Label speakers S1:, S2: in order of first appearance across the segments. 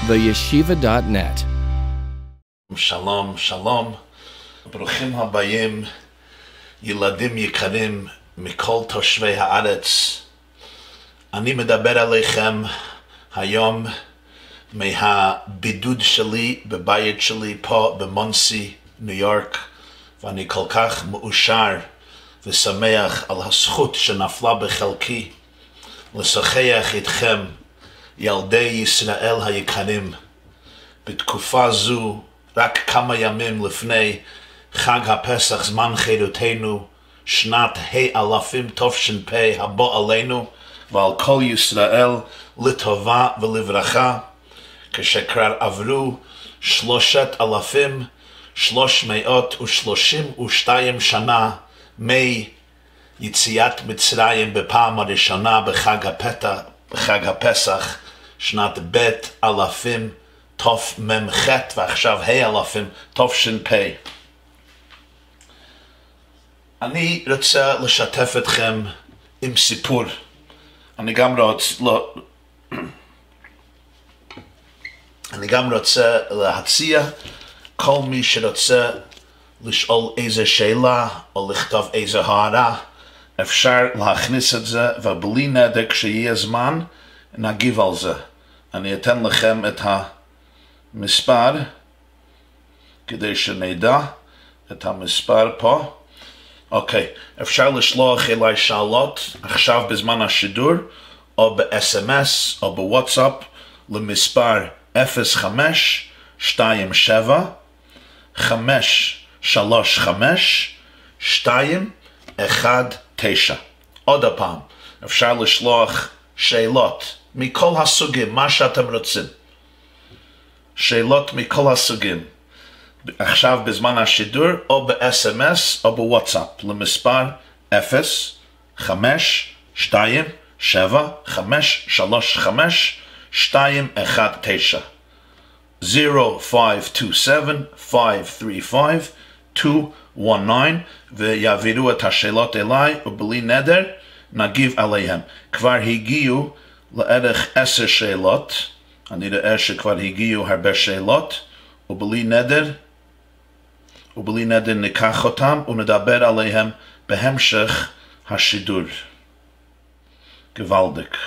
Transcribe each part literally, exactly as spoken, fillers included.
S1: the yeshiva dot net.
S2: Shalom, shalom. ברוכים הבאים, ילדים יקרים מכל תושבי הארץ. אני מדבר עליכם היום מהבידוד שלי בבית שלי פה במונסי, ניו יורק, ואני כל כך מאושר ושמח על הזכות שנפלה בחלקי לשוחח איתכם, ילדי ישראל היקרים, בתקופה זו, רק כמה ימים לפני חג הפסח, זמן חירותנו, שנת האלפים תש"פ הבא עלינו ועל כל ישראל לטובה ולברכה, כשכבר עברו שלושת אלפים שלוש מאות ושלושים ושתיים שנה מיציאת מצרים בפעם הראשונה בחג הפתח, בחג הפסח, שנת בית אלפים תשמ"ח, ועכשיו האלפים תש"פ. אני רוצה לשתף אתכם עם סיפור. אני גם רוצה, לא, אני גם רוצה להציע כל מי שרוצה לשאול איזה שאלה או לכתוב איזה הערה, אפשר להכניס את זה, ובלי נדר כשיהיה זמן נגיב על זה. אני אתן לכם את המספר כדי שנדע את המספר פה. אוקיי, אפשר לשלוח אליי שאלות עכשיו בזמן השידור, או ב-אס אם אס או בוואטסאפ למספר אפס חמש שתיים שבע חמש שלוש חמש שתיים אחת תשע. עוד הפעם, אפשר לשלוח שאלות מכל הסוגים, מה שאתם רוצים. שאלות מכל הסוגים. עכשיו בזמן השידור, או ב-אס אם אס או בוואטסאפ למספר אפס חמש שתיים שבע חמש שלוש חמש שתיים אחת תשע אפס חמש שתיים שבע חמש שלוש חמש שתיים אחת תשע, ויעבירו את השאלות אליי, ובלי נדר נגיב עליהם. כבר הגיעו לערך עשר שאלות, אני רואה שכבר הגיעו הרבה שאלות, ובלי נדר ובלי נדר ניקח אותם ונדבר עליהם בהמשך השידור. גוואלדיק.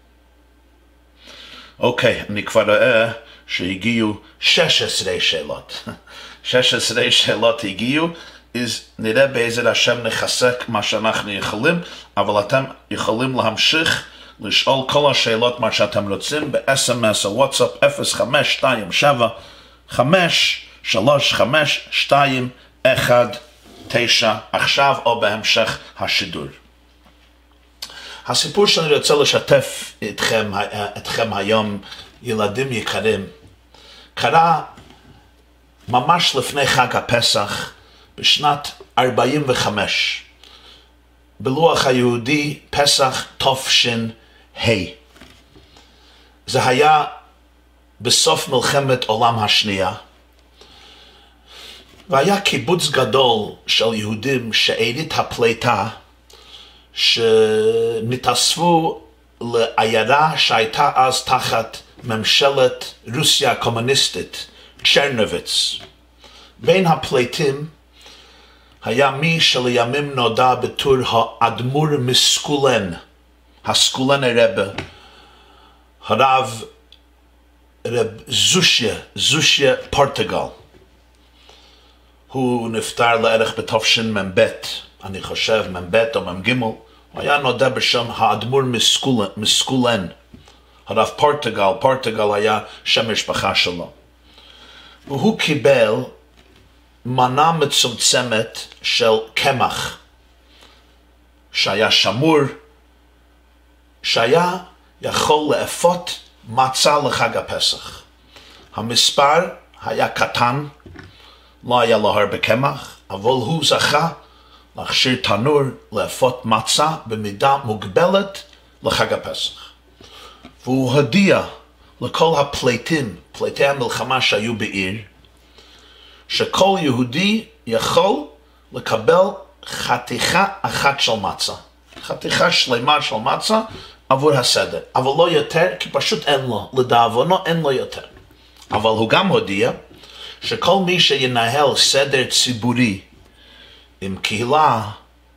S2: אוקיי, אני כבר רואה שהגיעו שש עשרה שאלות. שש עשרה שאלות הגיעו, אז נראה בעזר השם נחסק מה שאנחנו יכולים, אבל אתם יכולים להמשיך לשאול כל השאלות מה שאתם רוצים ב-אס אם אס או וואטסאפ אפס חמש שתיים שבע חמש שלוש חמש שתיים אחת תשע עכשיו או בהמשך השידור. הסיפור שאני רוצה לשתף אתכם, אתכם היום, ילדים יקרים, קרה ממש לפני חג הפסח בשנת ארבעים וחמש, בלוח היהודי פסח תש"ה. זה היה בסוף מלחמת עולם השנייה, והיה קיבוץ גדול של יהודים שארית הפליטה שנתאספו לעיירה שהייתה אז תחת ממשלת רוסיה הקומוניסטית, צ'רנוביץ. בין הפליטים היה מי שלימים נודע בתור האדמו"ר מסקולן, הסקולן הרבה, הרב רב זושיה, זושיה פורטוגל. הוא נפטר לערך בתשמ"ב, אני חושב מ"ב או מ"ג. הוא היה נודע בשם האדמו"ר מסקולן, מסקולן. הרב פורטוגל, פורטוגל היה שם משפחה שלו. והוא קיבל מנה מצומצמת של קמח שהיה שמור, שהיה יכול לאפות מצה לחג הפסח. המספר היה קטן, לא היה לו הרבה קמח, אבל הוא זכה להכשיר תנור לאפות מצה במידה מוגבלת לחג הפסח. והוא הודיע לכל הפליטים, פליטי המלחמה שהיו בעיר, שכל יהודי יכול לקבל חתיכה אחת של מצה. חתיכה שלמה של מצה עבור הסדר. אבל לא יותר, כי פשוט אין לו, לדאבונו אין לו יותר. אבל הוא גם הודיע שכל מי שינהל סדר ציבורי עם קהילה,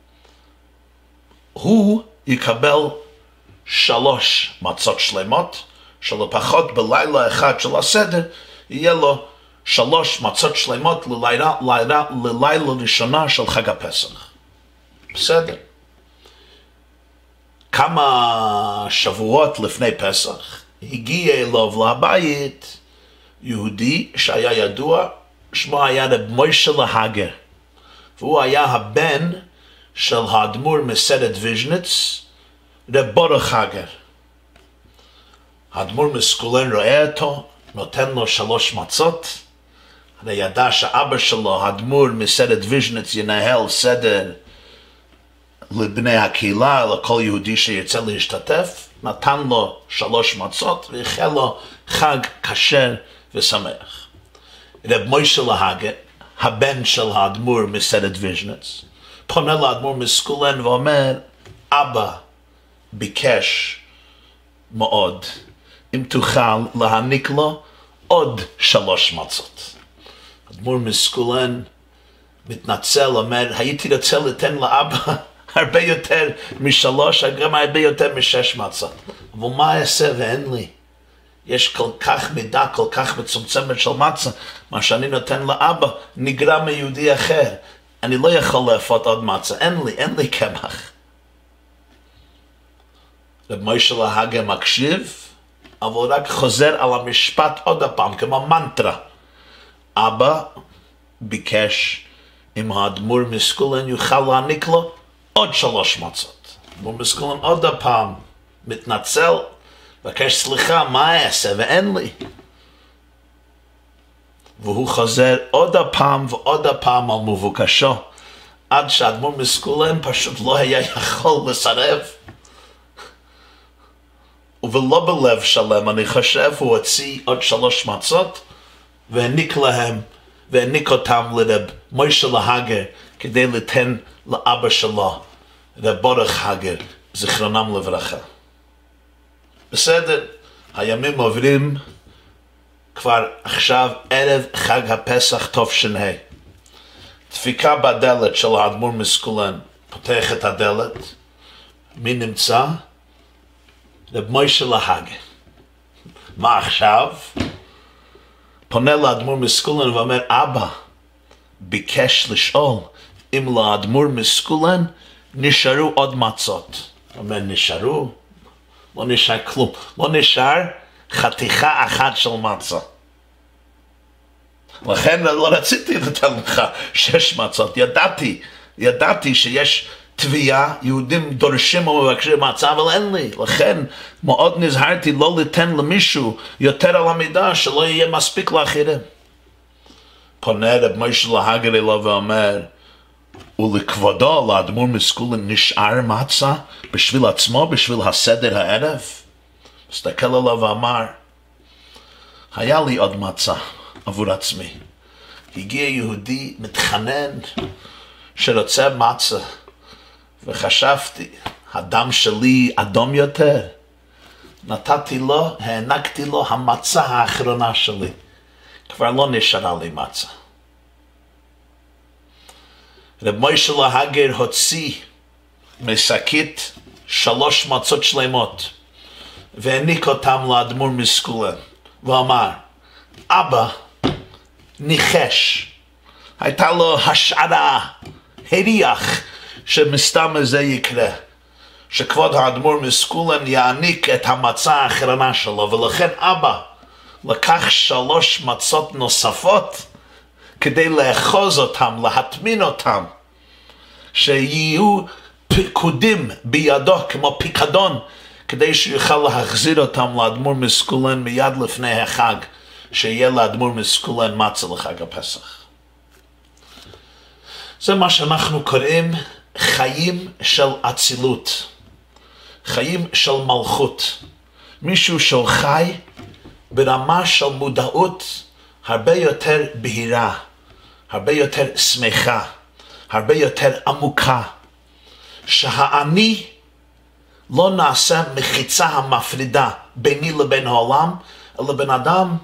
S2: הוא יקבל שלוש מצות שלמות, שלפחות בלילה אחד של הסדר יהיה לו שלוש מצות שלמות ללילה, ללילה, ללילה ראשונה של חג הפסח. בסדר. כמה שבועות לפני פסח הגיע אליו לבית יהודי שהיה ידוע, שמו היה רב מוישה להגר, והוא היה הבן של האדמו"ר מסעדת ויז'ניץ, רב ברוך הגר. האדמו"ר מסקולן רואה אותו, נותן לו שלוש מצות, הרי ידע שאבא שלו, האדמו"ר מסעדת ויז'ניץ, ינהל סדר לבני הקהילה, לכל יהודי שיצא להשתתף, נתן לו שלוש מצות והחל לו חג כשר ושמח. רב מוישה להגר, הבן של האדמו"ר מסעדת ויז'ניץ, פונה לאדמו"ר מסקולן ואומר, אבא ביקש מאוד, אם תוכל להעניק לו עוד שלוש מצות. האדמו"ר מסקולן מתנצל, אומר, הייתי רוצה לתן לאבא הרבה יותר משלוש, גם הרבה יותר משש מצות. אבל מה אעשה ואין לי? יש כל כך מידה, כל כך מצומצמת של מצה, מה שאני נותן לאבא נגרע מיהודי אחר. אני לא יכול לאפות עוד מצה, אין לי, אין לי קמח. רב מוישה להגר מקשיב, אבל רק חוזר על המשפט עוד הפעם, כמו מנטרה. אבא ביקש אם האדמו"ר מסקולן יוכל להעניק לו עוד שלוש מצות. האדמו"ר מסקולן עוד הפעם מתנצל, בקש סליחה, מה אעשה ואין לי. והוא חוזר עוד הפעם ועוד הפעם על מבוקשו, עד שהאדמו"ר מסקולן פשוט לא היה יכול לסרב. ולא בלב שלם, אני חושב, הוא הוציא עוד שלוש מצות והעניק להם, והעניק אותם לרב מוישה להגר כדי לתן לאבא שלו, רב ברוך הגר, זיכרונם לברכה. בסדר, הימים עוברים, כבר עכשיו ערב חג הפסח תש"ה. דפיקה בדלת של האדמו"ר מסקולן, פותח את הדלת, מי נמצא? רב מוישה להגר. מה עכשיו? פונה לאדמו"ר מסקולן ואומר, אבא ביקש לשאול אם לאדמו"ר מסקולן נשארו עוד מצות. הוא אומר, נשארו? לא נשאר כלום. לא נשאר חתיכה אחת של מצה. לכן לא רציתי לתת לך שש מצות. ידעתי, ידעתי שיש תביעה, יהודים דורשים ומבקשים מצה, אבל אין לי. לכן מאוד נזהרתי לא לתן למישהו יותר על המידה, שלא יהיה מספיק לאחרים. פונה רב מוישה להגר אליו ואומר, ולכבודו, לאדמו"ר מסקולן נשאר מצה בשביל עצמו, בשביל הסדר הערב? מסתכל עליו ואמר, היה לי עוד מצה עבור עצמי. הגיע יהודי מתחנן שרוצה מצה, וחשבתי, הדם שלי אדום יותר. נתתי לו, הענקתי לו המצה האחרונה שלי. כבר לא נשארה לי מצה. רב מוישה להגר הוציא משקית שלוש מצות שלמות, והעניק אותם לאדמו"ר מסקולן, ואמר, אבא ניחש, הייתה לו השערה, הריח, שמסתם הזה יקרה, שכבוד האדמו"ר מסקולן יעניק את המצה האחרונה שלו, ולכן אבא לקח שלוש מצות נוספות כדי לאחוז אותם, להטמין אותם, שיהיו פיקודים בידו כמו פיקדון, כדי שיוכל להחזיר אותם לאדמו"ר מסקולן מיד לפני החג, שיהיה לאדמו"ר מסקולן מצה לחג הפסח. זה מה שאנחנו קוראים חיים של אצילות, חיים של מלכות. מישהו שחי ברמה של מודעות הרבה יותר בהירה, הרבה יותר שמחה, הרבה יותר עמוקה, שהאני לא נעשה מחיצה המפרידה ביני לבין העולם, אלא בן אדם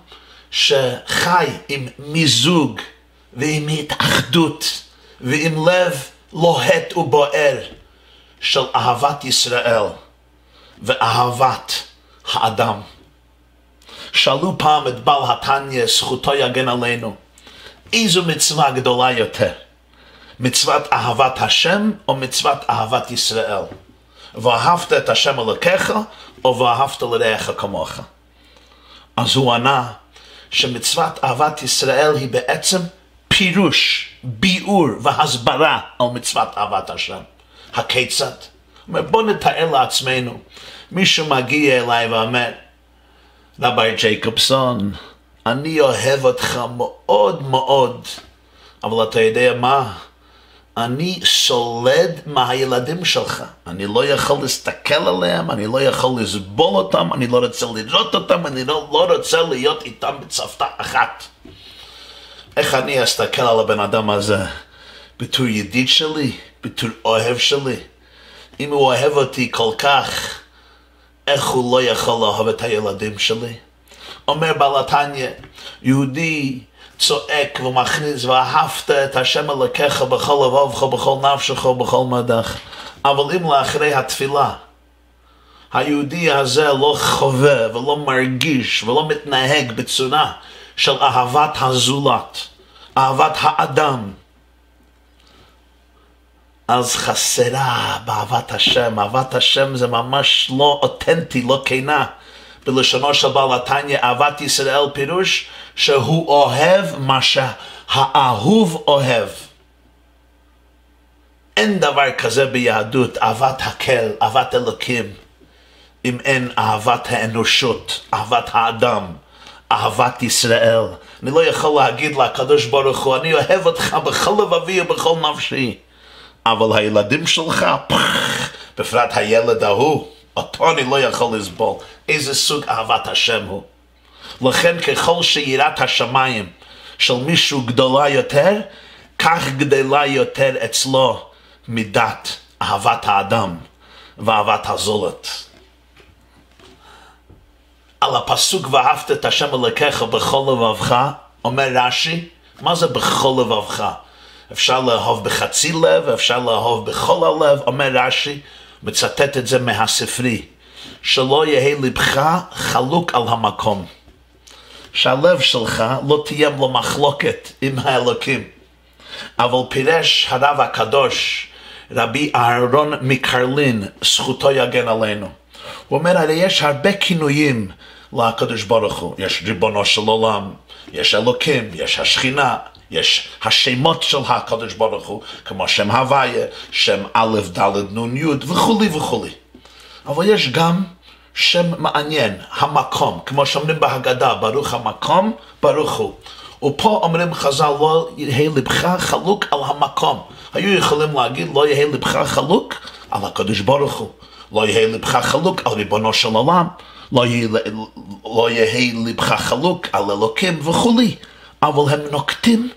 S2: שחי עם מיזוג ועם התאחדות ועם לב לוהט ובוער של אהבת ישראל ואהבת האדם. שאלו פעם את בעל התניא, זכותו יגן עלינו, איזו מצווה גדולה יותר, מצוות אהבת השם או מצוות אהבת ישראל? ואהבת את השם אלוקיך או ואהבת לרעך כמוך? אז הוא ענה שמצוות אהבת ישראל היא בעצם פירוש, ביאור והסברה על מצוות אהבת השם. הכיצד? בוא נתאר לעצמנו, מישהו מגיע אליי ואומר, רבי ג'ייקובסון, אני אוהב אותך מאוד מאוד, אבל אתה יודע מה? אני סולד מהילדים שלך. אני לא יכול להסתכל עליהם, אני לא יכול לסבול אותם, אני לא רוצה לראות אותם, אני לא, לא רוצה להיות איתם בצוותא אחת. איך אני אסתכל על הבן אדם הזה? בתור ידיד שלי? בתור אוהב שלי? אם הוא אוהב אותי כל כך, איך הוא לא יכול לאהוב את הילדים שלי? אומר בעל התניא, יהודי צועק ומכריז, ואהבת את השם אלוקיך בכל לבבך, בכל נפשך ובכל מאודך. אבל אם לאחרי התפילה היהודי הזה לא חווה ולא מרגיש ולא מתנהג בצורה של אהבת הזולת, אהבת האדם, אז חסרה באהבת השם. אהבת השם זה ממש לא אותנטי, לא כנה. בלשונו של בעל התניא, אהבת ישראל פירוש שהוא אוהב מה שהאהוב אוהב. אין דבר כזה ביהדות, אהבת הקל, אהבת אלוקים, אם אין אהבת האנושות, אהבת האדם, אהבת ישראל. אני לא יכול להגיד לקדוש ברוך הוא, אני אוהב אותך בכל לבבי ובכל נפשי, אבל הילדים שלך, פח, בפרט הילד ההוא, אותו אני לא יכול לסבול. איזה סוג אהבת השם הוא. לכן ככל שיראת השמיים של מישהו גדולה יותר, כך גדלה יותר אצלו מידת אהבת האדם ואהבת הזולת. על הפסוק ואהבת את השם אלוקיך בכל לבבך, אומר רש"י, מה זה בכל לבבך? אפשר לאהוב בחצי לב, אפשר לאהוב בכל הלב. אומר רש"י, מצטט את זה מהספרי, שלא יהיה לבך חלוק על המקום, שהלב שלך לא תהיה לו מחלוקת עם האלוקים. אבל פירש הרב הקדוש רבי אהרון מקרלין, זכותו יגן עלינו, הוא אומר, הרי יש הרבה כינויים לקדוש ברוך הוא. יש ריבונו של עולם, יש אלוקים, יש השכינה, יש השמות של הקדוש ברוך הוא, כמו שם הוויה, שם א' ד' נ' י' וכולי וכולי. אבל יש גם שם מעניין, המקום, כמו שאומרים בהגדה, ברוך המקום, ברוך הוא. ופה אומרים חז"ל, לא יהיה לבך חלוק על המקום. היו יכולים להגיד, לא יהיה לבך חלוק על הקדוש ברוך הוא, לא יהיה לבך חלוק על ריבונו של עולם, לא יהיה, לא יהיה לבך חלוק על אלוקים וכולי. אבל הם נוקטים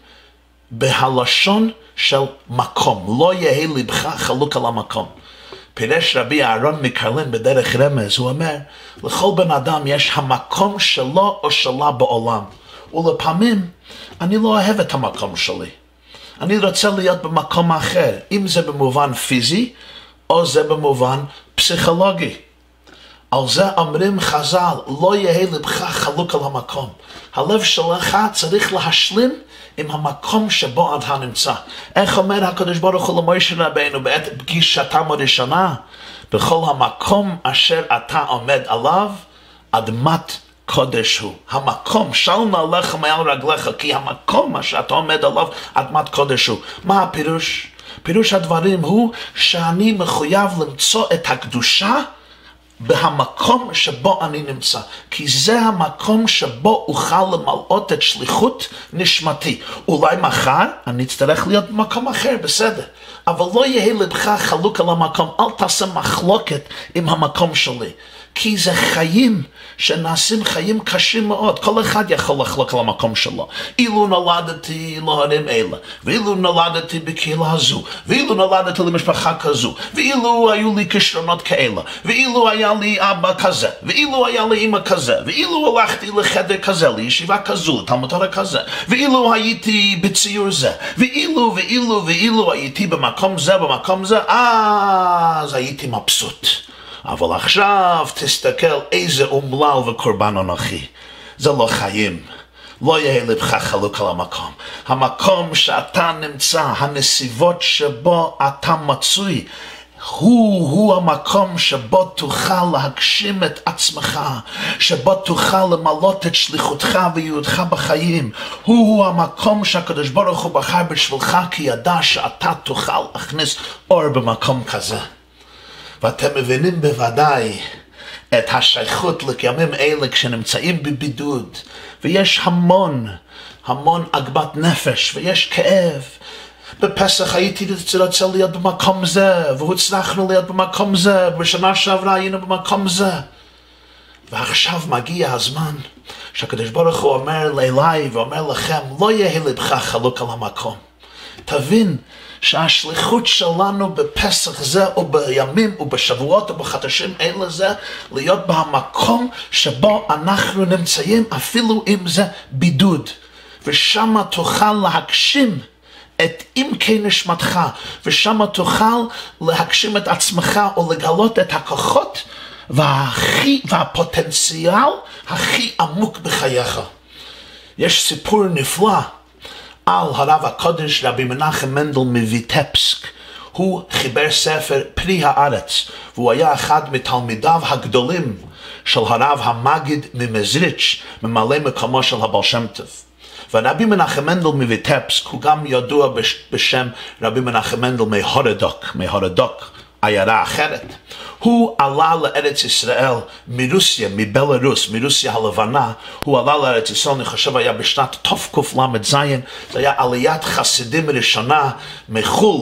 S2: בהלשון של מקום, לא יהיה לבך חלוק על המקום. פירש רבי אהרון מקרלין בדרך רמז, הוא אומר, לכל בן אדם יש המקום שלו או שלה בעולם, ולפעמים אני לא אוהב את המקום שלי, אני רוצה להיות במקום אחר, אם זה במובן פיזי או זה במובן פסיכולוגי. על זה אומרים חז"ל, לא יהיה לבך חלוק על המקום. הלב שלך צריך להשלים עם המקום שבו אתה נמצא. איך אומר הקדוש ברוך הוא למשה רבינו בעת פגישתם הראשונה? בכל המקום אשר אתה עומד עליו, אדמת קודש הוא. המקום, של נעליך מעל רגליך, כי המקום אשר אתה עומד עליו, אדמת קודש הוא. מה הפירוש? פירוש הדברים הוא שאני מחויב למצוא את הקדושה בהמקום שבו אני נמצא, כי זה המקום שבו אוכל למלאות את שליחות נשמתי. אולי מחר אני אצטרך להיות במקום אחר, בסדר, אבל לא יהיה לבך חלוק על המקום. אל תעשה מחלוקת עם המקום שלי, כי זה חיים שנעשים חיים קשים מאוד. כל אחד יכול לחלוק על המקום שלו. אילו נולדתי להורים אלה, ואילו נולדתי בקהילה הזו, ואילו נולדתי למשפחה כזו, ואילו היו לי כישרונות כאלה, ואילו היה לי אבא כזה, ואילו היה לי אמא כזה, ואילו הלכתי לחדר כזה, לישיבה כזו, לתלמוד תורה כזה, ואילו הייתי בציור זה, ואילו ואילו ואילו הייתי במקום זה, במקום זה, אז הייתי מבסוט. אבל עכשיו תסתכל איזה אומלל וקורבן אנוכי. זה לא חיים. לא יהיה לבך חלוק על המקום. המקום שאתה נמצא, הנסיבות שבו אתה מצוי, הוא, הוא המקום שבו תוכל להגשים את עצמך, שבו תוכל למלות את שליחותך וייעודך בחיים. הוא, הוא המקום שהקדוש ברוך הוא בחר בשבילך, כי ידע שאתה תוכל להכניס אור במקום כזה. ואתם מבינים בוודאי את השייכות לימים אלה כשנמצאים בבידוד, ויש המון, המון עגמת נפש, ויש כאב. בפסח הייתי רוצה להיות במקום זה, והצלחנו להיות במקום זה, בשנה שעברה היינו במקום זה. ועכשיו מגיע הזמן שהקדוש ברוך הוא אומר אליי ואומר לכם, לא יהיה לבך חלוק על המקום. תבין שהשליחות שלנו בפסח זה, או בימים, או בשבועות, או בחדשים אלה זה, להיות במקום שבו אנחנו נמצאים, אפילו אם זה בידוד. ושם תוכל להגשים את עמקי נשמתך, ושם תוכל להגשים את עצמך, או לגלות את הכוחות והכי, והפוטנציאל הכי עמוק בחייך. יש סיפור נפלא על הרב הקודש רבי מנחם מנדל מויטבסק. הוא חיבר ספר פרי הארץ, והוא היה אחד מתלמידיו הגדולים של הרב המגיד ממזריץ', ממלא מקומו של הבעל שם טוב. ורבי מנחם מנדל מויטבסק הוא גם ידוע בשם רבי מנחם מנדל מהורדוק, מהורדוק, עיירה אחרת. הוא עלה לארץ ישראל מרוסיה, מבלרוס, מרוסיה הלבנה. הוא עלה לארץ ישראל, אני חושב היה בשנת תקל"ז, זה היה עליית חסידים ראשונה מחול,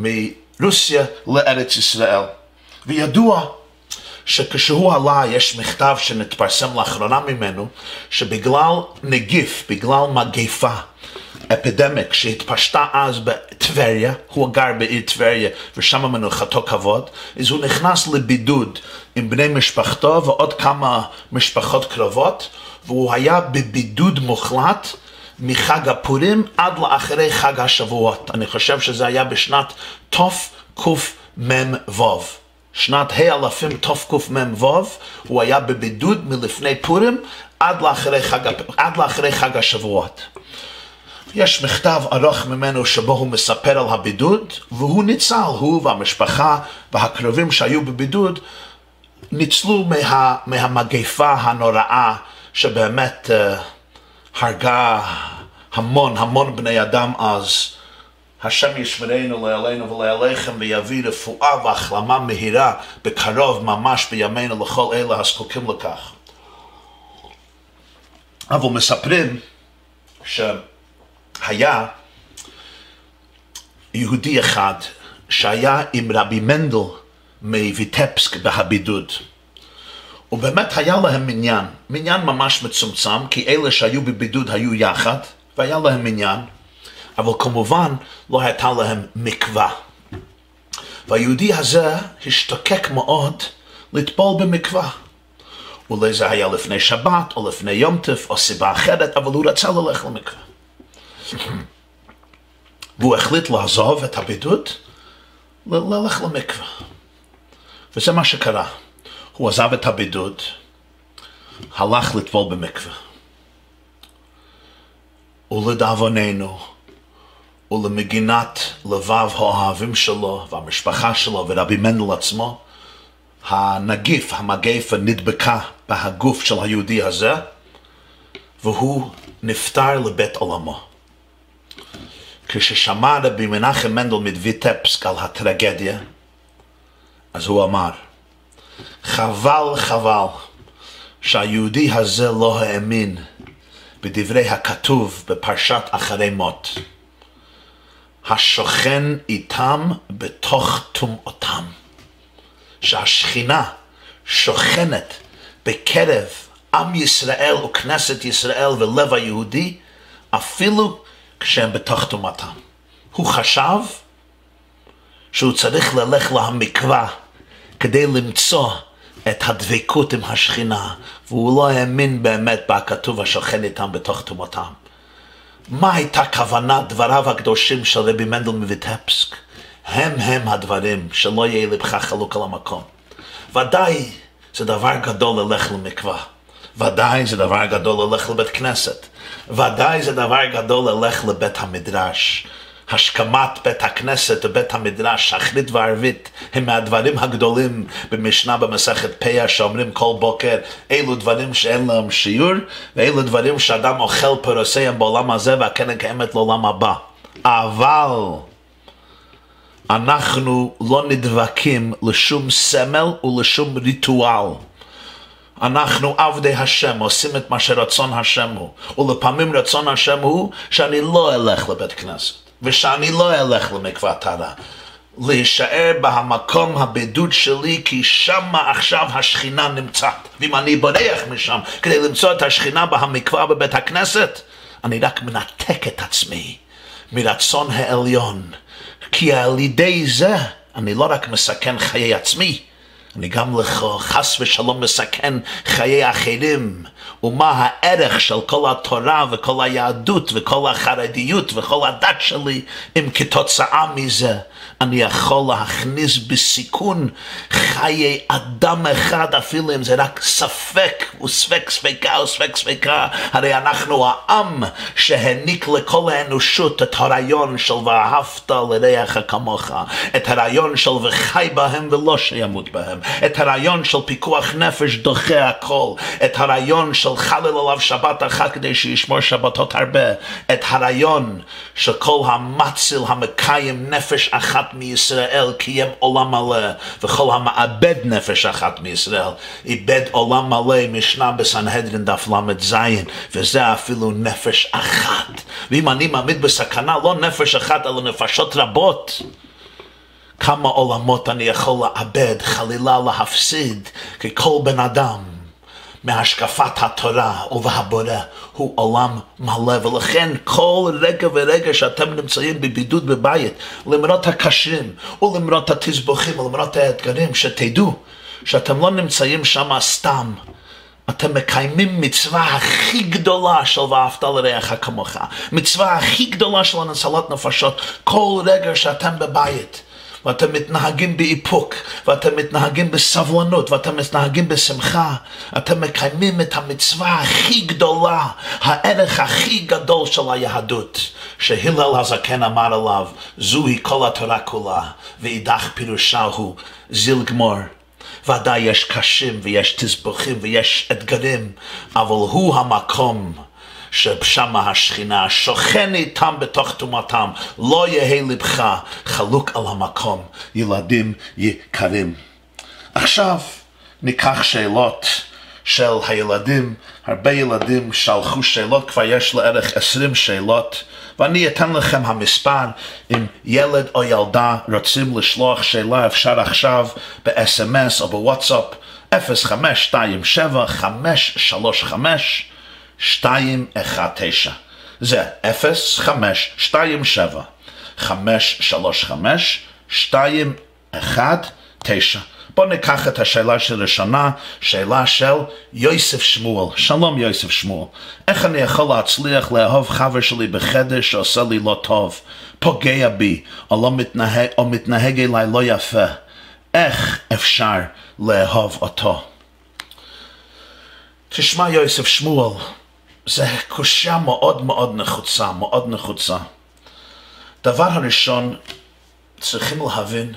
S2: מרוסיה לארץ ישראל. וידוע שכשהוא עלה, יש מכתב שנתפרסם לאחרונה ממנו, שבגלל נגיף, בגלל מגפה, אפידמיק שהתפשטה אז בטבריה, הוא גר בעיר טבריה ושם מנוחתו כבוד, אז הוא נכנס לבידוד עם בני משפחתו ועוד כמה משפחות קרובות, והוא היה בבידוד מוחלט מחג הפורים עד לאחרי חג השבועות. אני חושב שזה היה בשנת תקמ"ו. שנת האלפים תקמ"ו, הוא היה בבידוד מלפני פורים עד לאחרי חג, עד לאחרי חג השבועות. יש מכתב ארוך ממנו שבו הוא מספר על הבידוד, והוא ניצל, הוא והמשפחה והקרובים שהיו בבידוד, ניצלו מה, מהמגפה הנוראה שבאמת uh, הרגה המון המון בני אדם אז. השם ישמרנו לעלינו ולעליכם ויביא רפואה והחלמה מהירה בקרוב ממש בימינו לכל אלה הזקוקים לכך. אבל מספרים שהיה יהודי אחד שהיה עם רבי מנדל מויטבסק בהבידוד. ובאמת היה להם מניין, מניין ממש מצומצם, כי אלה שהיו בבידוד היו יחד, והיה להם מניין, אבל כמובן לא הייתה להם מקווה. והיהודי הזה השתוקק מאוד לטבול במקווה. אולי זה היה לפני שבת, או לפני יום טוב, או סיבה אחרת, אבל הוא רצה ללכת למקווה. והוא החליט לעזוב את הבידוד, ללכת למקווה. וזה מה שקרה. הוא עזב את הבידוד, הלך לטבול במקווה. ולדאבוננו, ולמגינת לבב האוהבים שלו והמשפחה שלו ורבי מנדל עצמו, הנגיף, המגפה נדבקה בהגוף של היהודי הזה, והוא נפטר לבית עולמו. כששמע רבי מנחם מנדל מויטבסק על הטרגדיה, אז הוא אמר, חבל חבל שהיהודי הזה לא האמין בדברי הכתוב בפרשת אחרי מות, השוכן איתם בתוך טומאותם, שהשכינה שוכנת בקרב עם ישראל וכנסת ישראל ולב היהודי, אפילו כשהם בתוך טומאתם. הוא חשב שהוא צריך ללך למקווה כדי למצוא את הדבקות עם השכינה, והוא לא האמין באמת בכתוב השוכן איתם בתוך טומאתם. מה הייתה כוונת דבריו הקדושים של רבי מנדל מויטבסק? הם הם הדברים, שלא יהיה לבך חלוק על המקום. ודאי זה דבר גדול ללך למקווה, ודאי זה דבר גדול ללך לבית כנסת, ודאי זה דבר גדול ללך לבית המדרש. השכמת בית הכנסת ובית המדרש, שחרית וערבית, הם מהדברים הגדולים במשנה במסכת פיה, שאומרים כל בוקר, אלו דברים שאין להם שיעור, ואלו דברים שאדם אוכל פירוסיהם בעולם הזה, והקרן קיימת לעולם הבא. אבל אנחנו לא נדבקים לשום סמל ולשום ריטואל. אנחנו עבדי השם, עושים את מה שרצון השם הוא, ולפעמים רצון השם הוא שאני לא אלך לבית כנסת, ושאני לא אלך למקווה טהרה, להישאר במקום הבידוד שלי, כי שם עכשיו השכינה נמצאת. ואם אני בורח משם כדי למצוא את השכינה במקווה בבית הכנסת, אני רק מנתק את עצמי מרצון העליון, כי על ידי זה אני לא רק מסכן חיי עצמי, אני גם חס ושלום מסכן חיי אחרים. ומה הערך של כל התורה וכל היהדות וכל החרדיות וכל הדת שלי, אם כתוצאה מזה אני יכול להכניס בסיכון חיי אדם אחד, אפילו אם זה רק ספק וספק ספקה וספק ספקה. הרי אנחנו העם שהעניק לכל האנושות את הרעיון של ואהבת לרעך כמוך, את הרעיון של וחי בהם ולא שימות בהם, את הרעיון של פיקוח נפש דוחה הכל, את הרעיון של חלל עליו שבת אחת כדי שישמור שבתות הרבה, את הרעיון של כל המציל המקיים נפש אחת מישראל קיים עולם מלא, וכל המאבד נפש אחת מישראל איבד עולם מלא. משנה בסנהדרין דף למד זין, וזה אפילו נפש אחת. ואם אני מעמיד בסכנה לא נפש אחת אלא נפשות רבות, כמה עולמות אני יכול לאבד, חלילה להפסיד, כי כל בן אדם מהשקפת התורה ובהבורא הוא עולם מלא. ולכן כל רגע ורגע שאתם נמצאים בבידוד בבית, למרות הקשרים ולמרות התסבוכים ולמרות האתגרים, שתדעו שאתם לא נמצאים שם סתם, אתם מקיימים מצווה הכי גדולה של ואהבת לרעך כמוך, מצווה הכי גדולה של הצלת נפשות. כל רגע שאתם בבית ואתם מתנהגים באיפוק, ואתם מתנהגים בסבלנות, ואתם מתנהגים בשמחה, אתם מקיימים את המצווה הכי גדולה, הערך הכי גדול של היהדות, שהלל הזקן אמר עליו, זוהי כל התורה כולה, ואידך פירושה הוא זיל גמור. ודאי יש קשים ויש תסבוכים ויש אתגרים, אבל הוא המקום ששם השכינה, שוכן איתם בתוך טומאתם, לא יהיה לבך חלוק על המקום. ילדים יקרים, עכשיו ניקח שאלות של הילדים. הרבה ילדים שלחו שאלות, כבר יש לערך עשרים שאלות, ואני אתן לכם המספר. אם ילד או ילדה רוצים לשלוח שאלה, אפשר עכשיו ב-אס אם אס או בוואטסאפ אפס חמש שתיים שבע חמש שלוש חמש שתיים אחת תשע. זה אפס חמש שתיים שבע חמש שלוש חמש שתיים אחת תשע. בואו ניקח את השאלה של ראשונה, שאלה של יוסף שמואל. שלום יוסף שמואל, איך אני יכול להצליח לאהוב חבר שלי בחדר שעושה לי לא טוב, פוגע בי, או, לא מתנהג, או מתנהג אליי לא יפה? איך אפשר לאהוב אותו? תשמע יוסף שמואל, זה קושיה מאוד מאוד נחוצה, מאוד נחוצה. דבר הראשון, צריכים להבין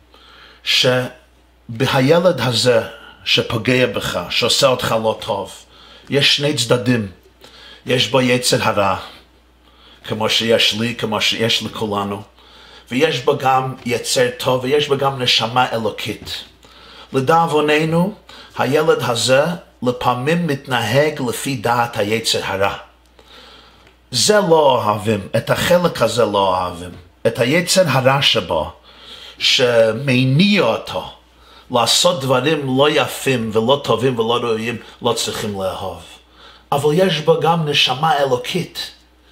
S2: שבהילד הזה שפוגע בך, שעושה אותך לא טוב, יש שני צדדים. יש בו יצר הרע, כמו שיש לי, כמו שיש לכולנו, ויש בו גם יצר טוב, ויש בו גם נשמה אלוקית. לדאבוננו, הילד הזה לפעמים מתנהג לפי דעת היצר הרע. זה לא אוהבים, את החלק הזה לא אוהבים. את היצר הרע שבו, שמניע אותו לעשות דברים לא יפים ולא טובים ולא ראויים, לא צריכים לאהוב. אבל יש בו גם נשמה אלוקית,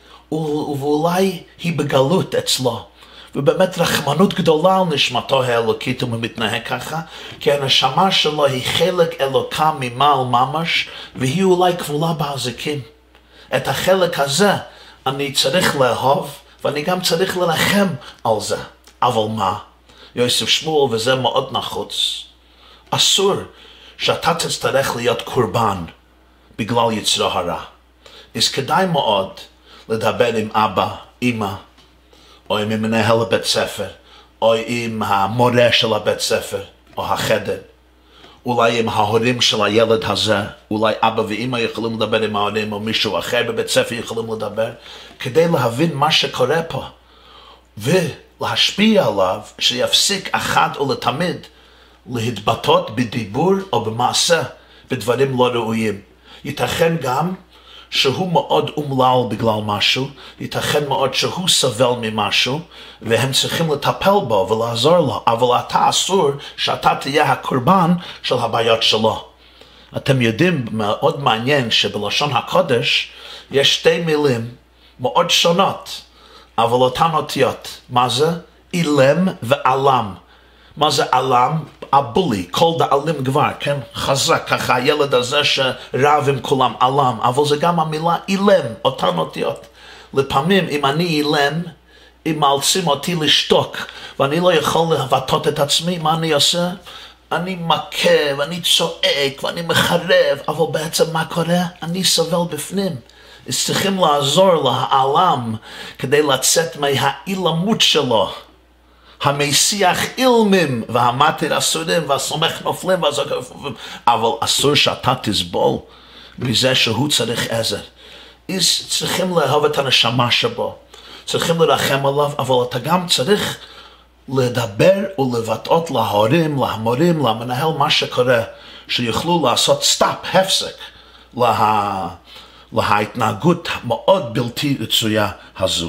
S2: ואולי היא בגלות אצלו. ובאמת רחמנות גדולה על נשמתו האלוקית אם הוא מתנהג ככה, כי הנשמה שלו היא חלק אלוקה ממעל ממש, והיא אולי כבולה באזיקים. את החלק הזה אני צריך לאהוב, ואני גם צריך לנחם על זה. אבל מה? יוסף שמואל, וזה מאוד נחוץ. אסור שאתה תצטרך להיות קורבן בגלל יצרו הרע. אז כדאי מאוד לדבר עם אבא, אמא, או עם מנהל הבית ספר, או עם המורה של הבית ספר, או החדר. אולי עם ההורים של הילד הזה, אולי אבא ואמא יכולים לדבר עם ההורים, או מישהו אחר בבית ספר יכולים לדבר, כדי להבין מה שקורה פה, ולהשפיע עליו שיפסיק אחת ולתמיד להתבטאות בדיבור או במעשה בדברים לא ראויים. ייתכן גם שהוא מאוד אומלל בגלל משהו, ייתכן מאוד שהוא סבל ממשהו, והם צריכים לטפל בו ולעזור לו, אבל אתה אסור שאתה תהיה הקורבן של הבעיות שלו. אתם יודעים, מאוד מעניין שבלשון הקודש יש שתי מילים מאוד שונות, אבל אותן אותיות. מה זה? אילם ועלם. מה זה עלם? אבולי, כל דעלים כבר, כן? חזק, ככה הילד הזה שרב עם כולם עלם, אבל זה גם המילה אילם, אותן אותיות. לפעמים אם אני אילם, אם מאלצים אותי לשתוק, ואני לא יכול לבטאות את עצמי, מה אני עושה? אני מכה, ואני צועק, ואני מחרב, אבל בעצם מה קורה? אני סובל בפנים. אז צריכים לעזור לעלם כדי לצאת מהאילמות שלו. המסיח אילמים והמתיר אסורים והסומך נופלים והזוקפים, אבל אסור שאתה תסבול מזה שהוא צריך עזר. אז צריכים לאהוב את הנשמה שבו, צריכים לרחם עליו, אבל אתה גם צריך לדבר ולבטאות להורים, להמורים, למנהל מה שקורה, שיוכלו לעשות סטאפ, הפסק, לה... להתנהגות מאוד בלתי רצויה הזו.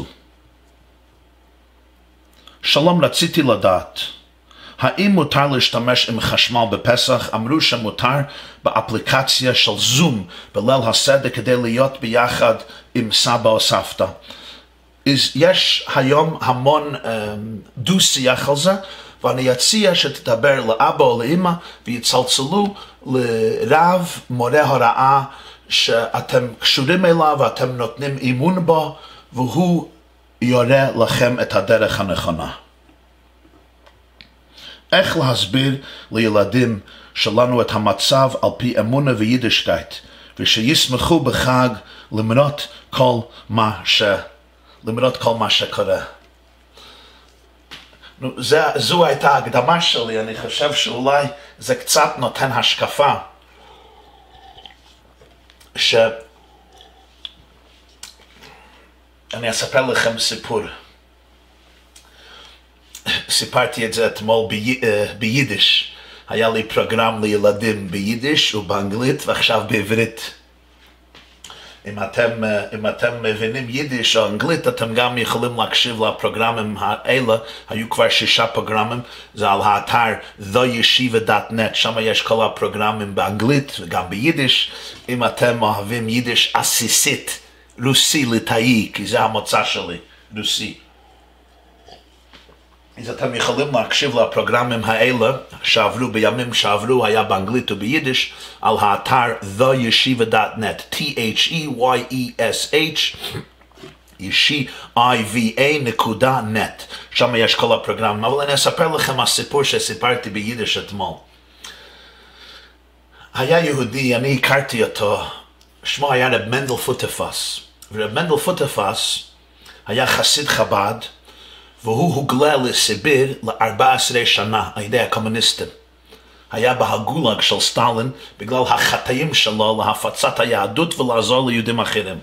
S2: שלום, רציתי לדעת, האם מותר להשתמש עם חשמל בפסח? אמרו שמותר באפליקציה של זום בליל הסדר כדי להיות ביחד עם סבא או סבתא. אז יש היום המון דו שיח על זה, ואני אציע שתדבר לאבא או לאמא ויצלצלו לרב מורה הוראה שאתם קשורים אליו ואתם נותנים אימון בו, והוא יורה לכם את הדרך הנכונה. איך להסביר לילדים שלנו את המצב על פי אמונה ויידישקייט, ושישמחו בחג למרות כל מה ש... למרות כל מה שקורה. נו, זה, זו הייתה ההקדמה שלי, אני חושב שאולי זה קצת נותן השקפה, ש... אני אספר לכם סיפור. סיפרתי את זה אתמול בי, uh, ביידיש. היה לי פרוגרם לילדים ביידיש ובאנגלית ועכשיו בעברית. אם אתם, uh, אם אתם מבינים יידיש או אנגלית, אתם גם יכולים להקשיב לפרוגרמים האלה. היו כבר שישה פרוגרמים. זה על האתר the yeshiva dot net. שם יש כל הפרוגרמים באנגלית וגם ביידיש. אם אתם אוהבים יידיש עסיסית, רוסי ליטאי, כי זה המוצא שלי, רוסי. אז אתם יכולים להקשיב לפרוגרמים האלה שעברו בימים שעברו, היה באנגלית וביידיש, על האתר the yeshiva dot net, T H E Y E S H, ישיבה נקודה נט. שם יש כל הפרוגרמים, אבל אני אספר לכם הסיפור שסיפרתי ביידיש אתמול. היה יהודי, אני הכרתי אותו, שמו היה רב מנדל פוטפס. ורב מנדל פוטפס היה חסיד חב"ד, והוא הוגלה לסיביר ל-ארבע עשרה שנה על ידי הקומוניסטים. היה בהגולאג של סטלין בגלל החטאים שלו להפצת היהדות ולעזור ליהודים אחרים.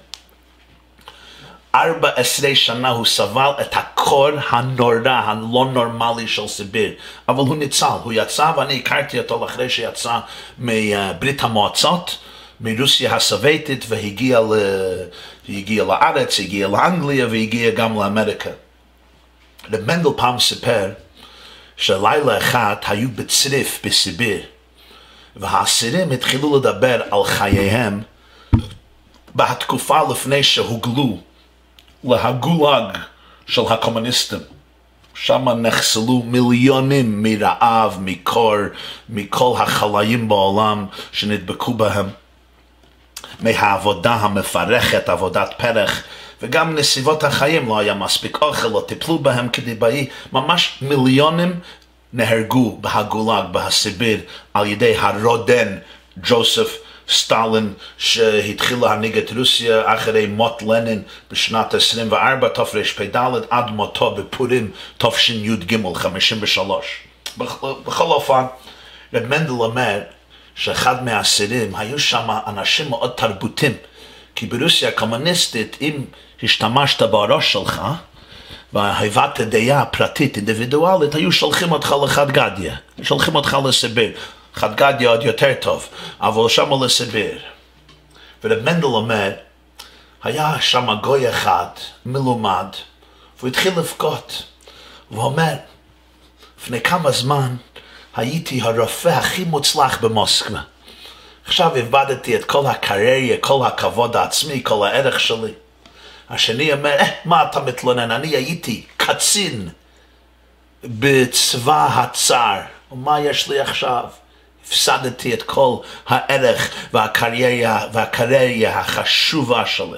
S2: ארבע עשרה שנה הוא סבל את הקור הנורא, הלא נורמלי של סיביר. אבל הוא ניצל, הוא יצא, ואני הכרתי אותו אחרי שיצא מברית המועצות, מרוסיה הסובייטית, והגיע ל... הגיע לארץ, הגיע לאנגליה והגיע גם לאמריקה. רב מנדל פעם סיפר שלילה אחד היו בצריף בסיביר, והאסירים התחילו לדבר על חייהם בתקופה לפני שהוגלו להגולאג של הקומוניסטים. שם נחסלו מיליונים מרעב, מקור, מכל החלאים בעולם שנדבקו בהם, מהעבודה המפרכת, עבודת פרח, וגם נסיבות החיים, לא היה מספיק אוכל, לא טיפלו בהם כדבעי. ממש מיליונים נהרגו בהגולאג, בסיביר, על ידי הרודן ג'וזף סטלין, שהתחיל להנהיג את רוסיה אחרי מות לנין בשנת עשרים וארבע תרפ"ד עד מותו בפורים תשי"ג חמישים ושלוש. בכל אופן, רב מנדל אומר שאחד מהאסירים היו שם אנשים מאוד תרבותיים, כי ברוסיה הקומוניסטית, אם השתמשת בראש שלך והבאת דעה פרטית, אינדיבידואלית, היו שולחים אותך לחד גדיא, שולחים אותך לסיביר. חד גדיא עוד יותר טוב, אבל שם לסיביר. ורב מנדל אומר, היה שם גוי אחד, מלומד, והוא התחיל לבכות. והוא אומר, לפני כמה זמן הייתי הרופא הכי מוצלח במוסקבה. עכשיו איבדתי את כל הקריירה, כל הכבוד העצמי, כל הערך שלי. השני אומר, אה, מה אתה מתלונן? אני הייתי קצין בצבא הצאר. ומה יש לי עכשיו? הפסדתי את כל הערך והקריירה, והקריירה החשובה שלי.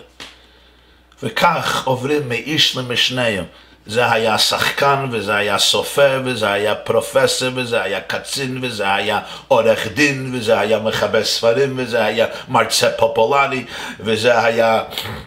S2: וכך עוברים מאיש למשנהו. זה היה שחקן, וזה היה סופר, וזה היה פרופסור, וזה היה קצין, וזה היה עורך דין, וזה היה מחבר ספרים, וזה היה מרצה פופולרי, וזה היה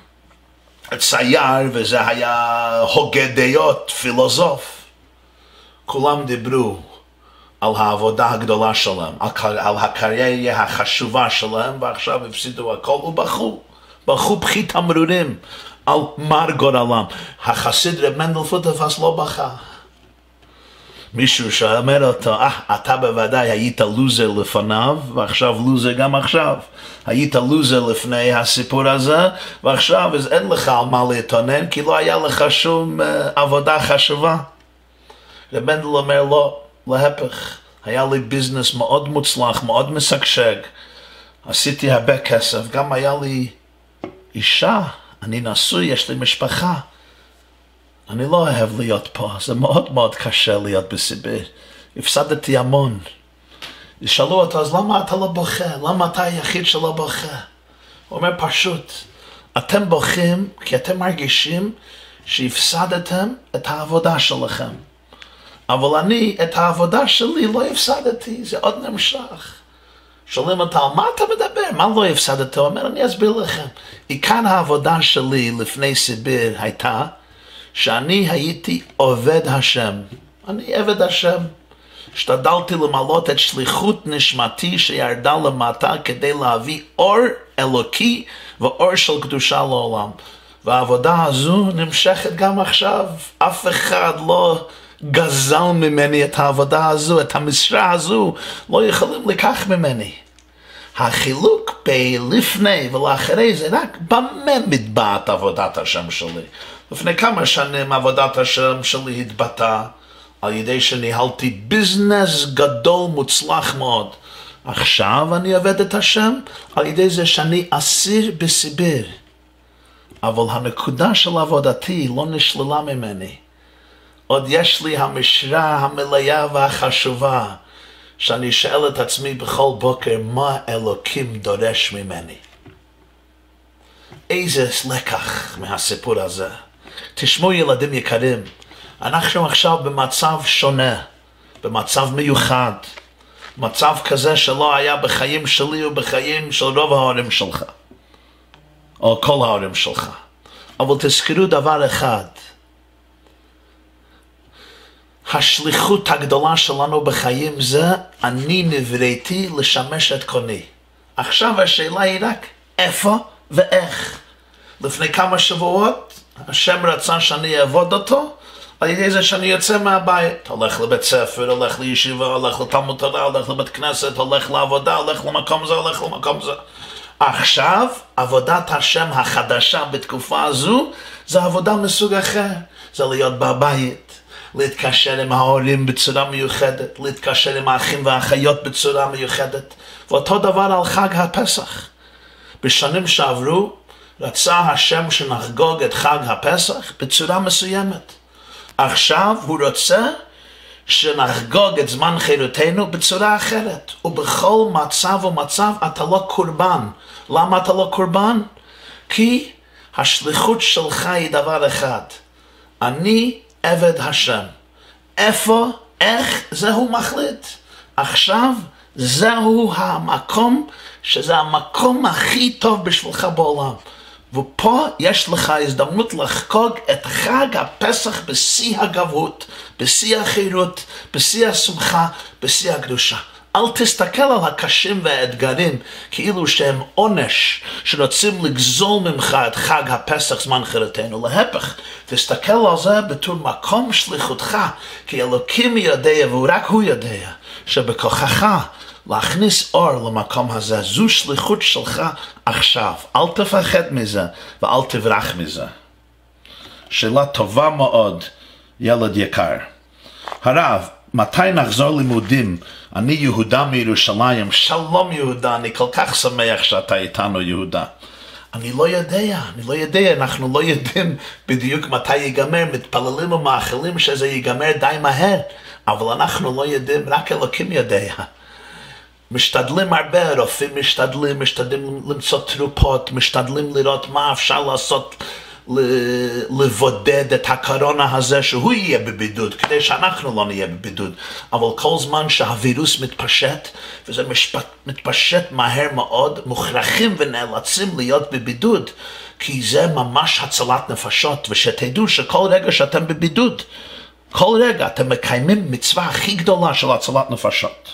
S2: צייר, וזה היה הוגה דעות, פילוסוף. כולם דיברו על העבודה הגדולה שלהם, על, על הקריירה החשובה שלהם, ועכשיו הפסידו הכל ובכו, בכו בכי תמרורים על מר גורלם. החסיד רב מנדל פוטרפס לא בכה. מישהו שאומר אותו, אה, אתה בוודאי היית לוזר לפניו, ועכשיו לוזר גם עכשיו. היית לוזר לפני הסיפור הזה, ועכשיו אז אין לך על מה להתעונן, כי לא היה לך שום uh, עבודה חשובה. רב מנדל אומר לא, להפך, היה לי ביזנס מאוד מוצלח, מאוד משגשג. עשיתי הרבה כסף, גם היה לי אישה, אני נשוי, יש לי משפחה. אני לא אוהב להיות פה, זה מאוד מאוד קשה להיות בסיביר. הפסדתי המון. ישאלו אותו, אז למה אתה לא בוכה? למה אתה היחיד שלא בוכה? הוא אומר פשוט, אתם בוכים כי אתם מרגישים שהפסדתם את העבודה שלכם. אבל אני, את העבודה שלי לא הפסדתי, זה עוד נמשך. שואלים אותה, על מה אתה מדבר? מה לא הפסדת? הוא אומר, אני אסביר לכם. עיקר העבודה שלי לפני סיביר הייתה, שאני הייתי עובד השם. אני עבד השם. השתדלתי למלות את שליחות נשמתי שירדה למטה כדי להביא אור אלוקי ואור של קדושה לעולם. והעבודה הזו נמשכת גם עכשיו. אף אחד לא גזל ממני את העבודה הזו, את המשרה הזו, לא יכולים לקח ממני. החילוק בלפני ולאחרי זה רק במה מתבעת עבודת השם שלי. לפני כמה שנים עבודת השם שלי התבטא על ידי שניהלתי ביזנס גדול מוצלח מאוד. עכשיו אני עובד את השם על ידי זה שאני אסיר בסיביר. אבל הנקודה של עבודתי לא נשללה ממני. עוד יש לי המשרה המלאה והחשובה, שאני שואל את עצמי בכל בוקר, מה אלוקים דורש ממני? איזה לקח מהסיפור הזה? תשמעו ילדים יקרים, אנחנו עכשיו במצב שונה, במצב מיוחד, מצב כזה שלא היה בחיים שלי ובחיים של רוב ההורים שלך, או כל ההורים שלך. אבל תזכרו דבר אחד, השליחות הגדולה שלנו בחיים זה, אני נבראתי לשמש את קוני. עכשיו השאלה היא רק איפה ואיך. לפני כמה שבועות, השם רצה שאני אעבוד אותו, על ידי זה שאני יוצא מהבית. הולך לבית ספר, הולך לישיבה, הולך לתלמוד תורה, הולך לבית כנסת, הולך לעבודה, הולך למקום זה, הולך למקום זה. עכשיו, עבודת השם החדשה בתקופה הזו, זה עבודה מסוג אחר. זה להיות בבית. להתקשר עם ההורים בצורה מיוחדת, להתקשר עם האחים והאחיות בצורה מיוחדת, ואותו דבר על חג הפסח. בשנים שעברו רצה השם שנחגוג את חג הפסח בצורה מסוימת. עכשיו הוא רוצה שנחגוג את זמן חירותנו בצורה אחרת, ובכל מצב ומצב אתה לא קורבן. למה אתה לא קורבן? כי השליחות שלך היא דבר אחד, אני עבד השם. איפה, איך, זהו מחליט. עכשיו זהו המקום, שזה המקום הכי טוב בשבילך בעולם. ופה יש לך הזדמנות לחגוג את חג הפסח בשיא הגבהות, בשיא החירות, בשיא השמחה, בשיא הקדושה. אל תסתכל על הקשים והאתגרים כאילו שהם עונש שרוצים לגזול ממך את חג הפסח זמן חירותנו. להפך, תסתכל על זה בתור מקום שליחותך, כי אלוקים יודע ורק הוא יודע שבכוחך להכניס אור למקום הזה. זו שליחות שלך עכשיו. אל תפחד מזה ואל תברח מזה. שאלה טובה מאוד, ילד יקר. הרב, מתי נחזור לימודים? אני יהודה מירושלים. שלום יהודה, אני כל כך שמח שאתה איתנו יהודה. אני לא יודע, אני לא יודע, אנחנו לא יודעים בדיוק מתי ייגמר, מתפללים ומאחלים שזה ייגמר די מהר, אבל אנחנו לא יודעים, רק אלוקים יודע. משתדלים הרבה, רופאים משתדלים, משתדלים למצוא תרופות, משתדלים לראות מה אפשר לעשות, לבודד את הקורונה הזה שהוא יהיה בבידוד, כדי שאנחנו לא נהיה בבידוד. אבל כל זמן שהווירוס מתפשט, וזה משפט, מתפשט מהר מאוד, מוכרחים ונאלצים להיות בבידוד, כי זה ממש הצלת נפשות, ושתדעו שכל רגע שאתם בבידוד, כל רגע אתם מקיימים מצווה הכי גדולה של הצלת נפשות.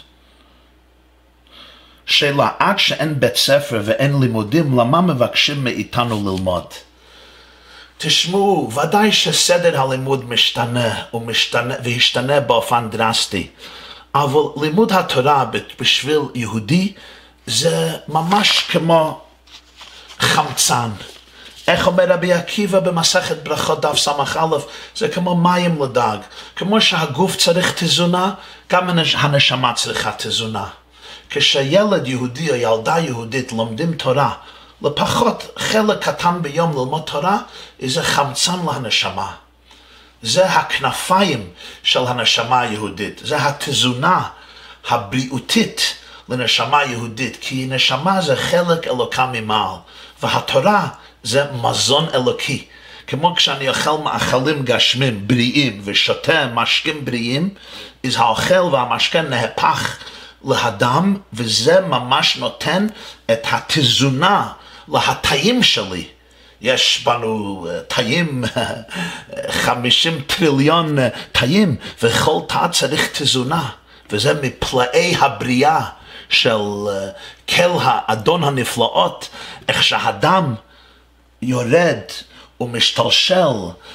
S2: שאלה, עד שאין בית ספר ואין לימודים, למה מבקשים מאיתנו ללמוד? תשמעו, ודאי שסדר הלימוד משתנה ומשתנה והשתנה באופן דרסטי, אבל לימוד התורה בשביל יהודי זה ממש כמו חמצן. איך אומר רבי עקיבא במסכת ברכות דף סמך א', זה כמו מים לדג. כמו שהגוף צריך תזונה, גם הנשמה צריכה תזונה. כשילד יהודי או ילדה יהודית לומדים תורה, לפחות חלק קטן ביום ללמוד תורה, זה חמצן להנשמה. זה הכנפיים של הנשמה היהודית. זה התזונה הבריאותית לנשמה יהודית. כי נשמה זה חלק אלוקה ממעל. והתורה זה מזון אלוקי. כמו כשאני אוכל מאכלים גשמים בריאים ושותה משקים בריאים, אז האוכל והמשקה נהפך להדם, וזה ממש נותן את התזונה לתאים שלי. יש בנו תאים, חמישים טריליון תאים, וכל תא צריך תזונה, וזה מפלאי הבריאה של כל האדון הנפלאות, איך שהדם יורד ומשתלשל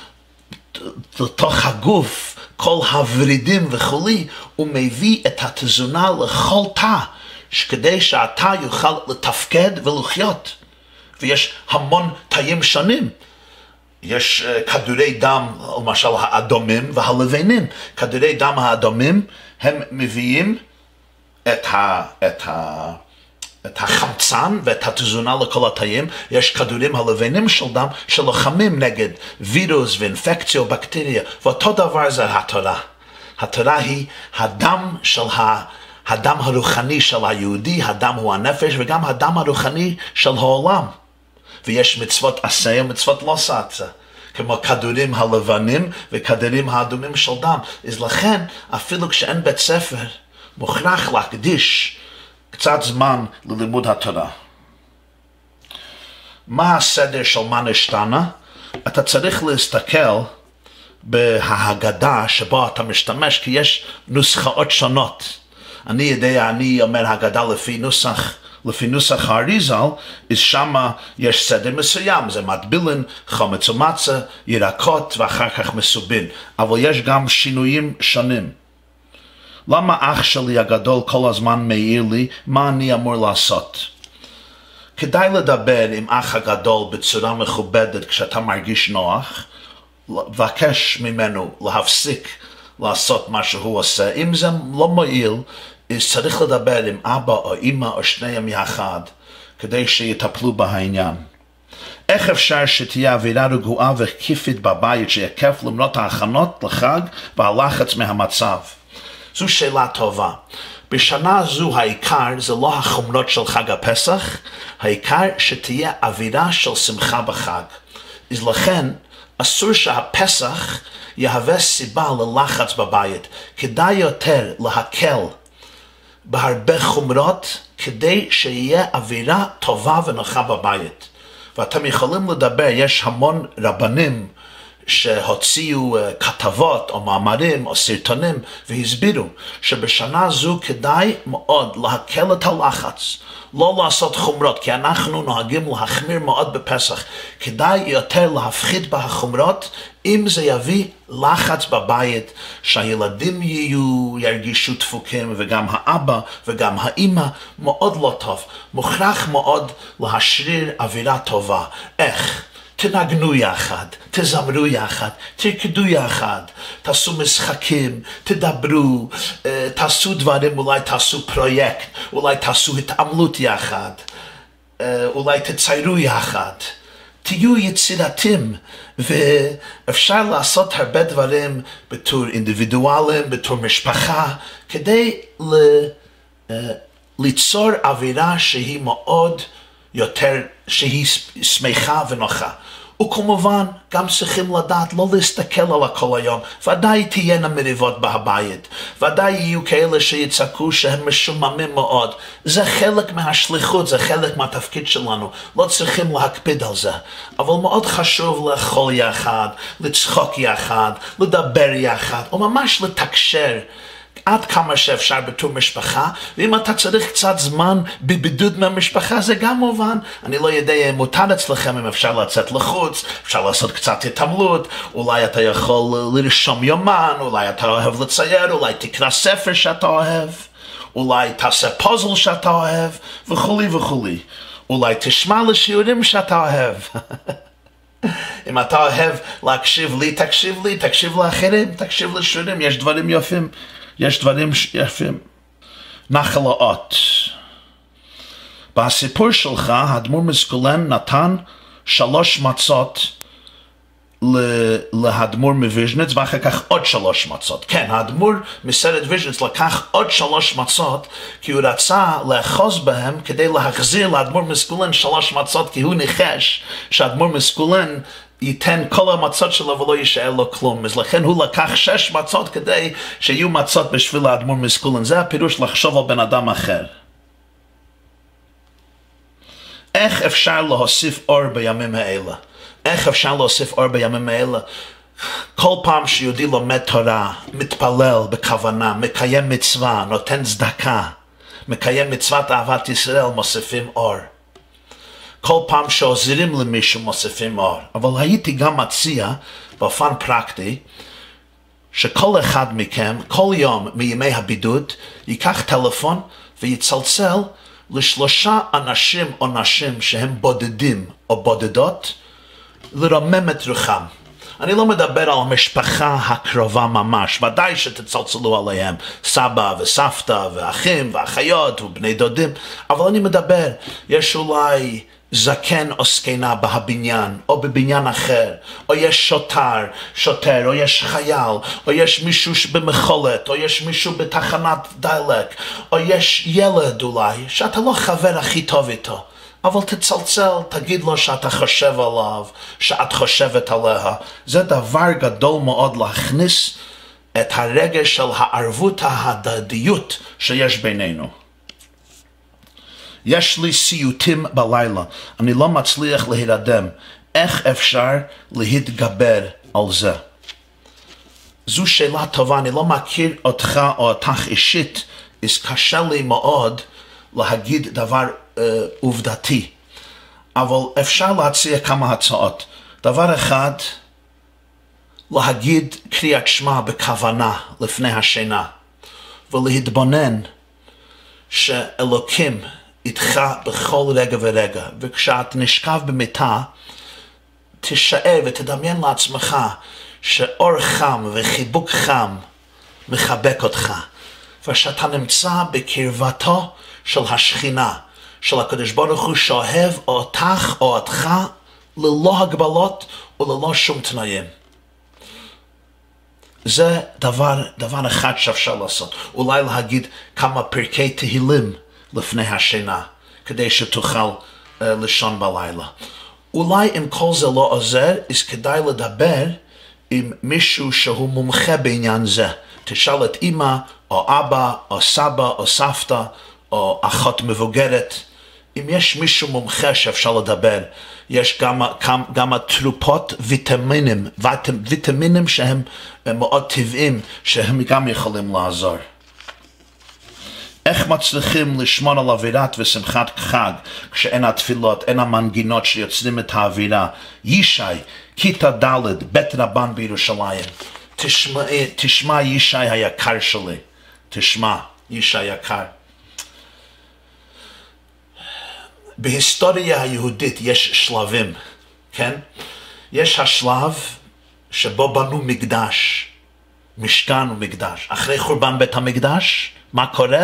S2: לתוך הגוף, כל הוורידים וכולי, הוא מביא את התזונה לכל תא, כדי שהתא יוכל לתפקד ולחיות. ויש המון תאים שונים. יש uh, כדורי דם, למשל האדומים והלבנים. כדורי דם האדומים הם מביאים את, ה, את, ה, את החמצן ואת התזונה לכל התאים. יש כדורים הלבנים של דם שלוחמים נגד וירוס ואינפקציה ובקטריה. ואותו דבר זה התורה. התורה היא הדם של ה... הדם הרוחני של היהודי, הדם הוא הנפש, וגם הדם הרוחני של העולם. ויש מצוות עשה ומצוות לא עשה, כמו כדורים הלבנים וכדורים האדומים של דם. אז לכן, אפילו כשאין בית ספר, מוכרח להקדיש קצת זמן ללימוד התורה. מה הסדר של מה נשתנה? אתה צריך להסתכל בהגדה שבו אתה משתמש, כי יש נוסחאות שונות. אני יודע, אני אומר הגדה לפי נוסח, לפי נוסח האריזל, אז שמה יש סדר מסוים, זה מטבילין, חומץ ומצה, ירקות ואחר כך מסובין, אבל יש גם שינויים שונים. למה אח שלי הגדול כל הזמן מעיר לי מה אני אמור לעשות? כדאי לדבר עם אח הגדול בצורה מכובדת כשאתה מרגיש נוח, לבקש ממנו להפסיק לעשות מה שהוא עושה. אם זה לא מועיל, אז צריך לדבר עם אבא או אמא או שניהם יחד, כדי שיטפלו בעניין. איך אפשר שתהיה אווירה רגועה וכיפית בבית שיהיה כיף למרות ההכנות לחג והלחץ מהמצב? זו שאלה טובה. בשנה זו העיקר זה לא החומרות של חג הפסח, העיקר שתהיה אווירה של שמחה בחג. אז לכן אסור שהפסח יהווה סיבה ללחץ בבית. כדאי יותר להקל בהרבה חומרות כדי שיהיה אווירה טובה ונוחה בבית. ואתם יכולים לדבר, יש המון רבנים שהוציאו כתבות או מאמרים או סרטונים והסבירו שבשנה זו כדאי מאוד להקל את הלחץ, לא לעשות חומרות, כי אנחנו נוהגים להחמיר מאוד בפסח. כדאי יותר להפחית בחומרות אם זה יביא לחץ בבית, שהילדים יהיו, ירגישו דפוקים, וגם האבא וגם האמא, מאוד לא טוב. מוכרח מאוד להשריר אווירה טובה. איך? תנגנו יחד, תזמרו יחד, תרקדו יחד, תעשו משחקים, תדברו, תעשו דברים, אולי תעשו פרויקט, אולי תעשו התעמלות יחד, אולי תציירו יחד. תהיו יצירתים, ואפשר לעשות הרבה דברים בתור אינדיבידואלים, בתור משפחה, כדי ל... ליצור אווירה שהיא מאוד יותר, שהיא שמחה ונוחה. וכמובן, גם צריכים לדעת לא להסתכל על הכל היום. ודאי תהיינה מריבות בהבית. ודאי יהיו כאלה שיצעקו שהם משוממים מאוד. זה חלק מהשליחות, זה חלק מהתפקיד שלנו. לא צריכים להקפיד על זה. אבל מאוד חשוב לאכול יחד, לצחוק יחד, לדבר יחד, או ממש לתקשר. עד כמה שאפשר בתור משפחה, ואם אתה צריך קצת זמן בבידוד מהמשפחה, זה גם מובן. אני לא יודע, מותר אצלכם אם אפשר לצאת לחוץ, אפשר לעשות קצת התעמלות, אולי אתה יכול לרשום יומן, אולי אתה אוהב לצייר, אולי תקרא ספר שאתה אוהב, אולי תעשה פוזל שאתה אוהב, וכולי וכולי. אולי תשמע לשיעורים שאתה אוהב. אם אתה אוהב להקשיב לי, תקשיב לי, תקשיב לאחרים, תקשיב לשיעורים, יש דברים יפים. יש דברים יפים. נחלאות. בסיפור שלך, האדמו"ר מסקולן נתן שלוש מצות לאדמו"ר מוויז'ניץ, ואחר כך עוד שלוש מצות. כן, האדמו"ר מסרט ויז'ניץ לקח עוד שלוש מצות, כי הוא רצה לאחוז בהם כדי להחזיר לאדמו"ר מסקולן שלוש מצות, כי הוא ניחש שהאדמו"ר מסקולן ייתן כל המצות שלו ולא יישאר לו כלום. אז לכן הוא לקח שש מצות כדי שיהיו מצות בשביל האדמו"ר מסקולן. זה הפירוש לחשוב על בן אדם אחר. איך אפשר להוסיף אור בימים האלה? איך אפשר להוסיף אור בימים האלה? כל פעם שיהודי לומד תורה, מתפלל בכוונה, מקיים מצווה, נותן צדקה, מקיים מצוות אהבת ישראל, מוסיפים אור. כל פעם שעוזרים למישהו מוסיפים אור. אבל הייתי גם מציע, באופן פרקטי, שכל אחד מכם, כל יום מימי הבידוד, ייקח טלפון ויצלצל לשלושה אנשים או נשים שהם בודדים או בודדות, לרומם את רוחם. אני לא מדבר על המשפחה הקרובה ממש, ודאי שתצלצלו עליהם, סבא וסבתא ואחים ואחיות ובני דודים, אבל אני מדבר, יש אולי זקן או זקנה בהבניין או בבניין אחר, או יש שוטר, שוטר, או יש חייל, או יש מישהו במחולת, או יש מישהו בתחנת דלק, או יש ילד אולי שאתה לא חבר הכי טוב איתו, אבל תצלצל, תגיד לו שאתה חושב עליו, שאת חושבת עליה. זה דבר גדול מאוד להכניס את הרגש של הערבות ההדדיות שיש בינינו. יש לי סיוטים בלילה, אני לא מצליח להירדם. איך אפשר להתגבר על זה? זו שאלה טובה, אני לא מכיר אותך או אותך אישית, אז קשה לי מאוד להגיד דבר uh, עובדתי. אבל אפשר להציע כמה הצעות. דבר אחד, להגיד קריאת שמע בכוונה לפני השינה, ולהתבונן שאלוקים איתך בכל רגע ורגע, וכשאת נשכב במיטה, תשאר ותדמיין לעצמך שאור חם וחיבוק חם מחבק אותך, ושאתה נמצא בקרבתו של השכינה, של הקדוש ברוך הוא שאוהב אותך או אותך ללא הגבלות וללא שום תנאים. זה דבר, דבר אחד שאפשר לעשות. אולי להגיד כמה פרקי תהילים לפני השינה, כדי שתוכל uh, לישון בלילה. אולי אם כל זה לא עוזר, אז כדאי לדבר עם מישהו שהוא מומחה בעניין זה. תשאל את אמא, או אבא, או סבא, או סבתא, או אחות מבוגרת. אם יש מישהו מומחה שאפשר לדבר, יש גם, גם, גם התרופות ויטמינים, ויטמינים שהם מאוד טבעיים, שהם גם יכולים לעזור. איך מצליחים לשמור על אווירת ושמחת חג, כשאין התפילות, אין המנגינות שיוצרים את האווירה? ישי, כיתה ד', בית רבן בירושלים. תשמע, תשמע ישי היקר שלי, תשמע ישי היקר. בהיסטוריה היהודית יש שלבים, כן? יש השלב שבו בנו מקדש, משכן ומקדש. אחרי חורבן בית המקדש, מה קורה?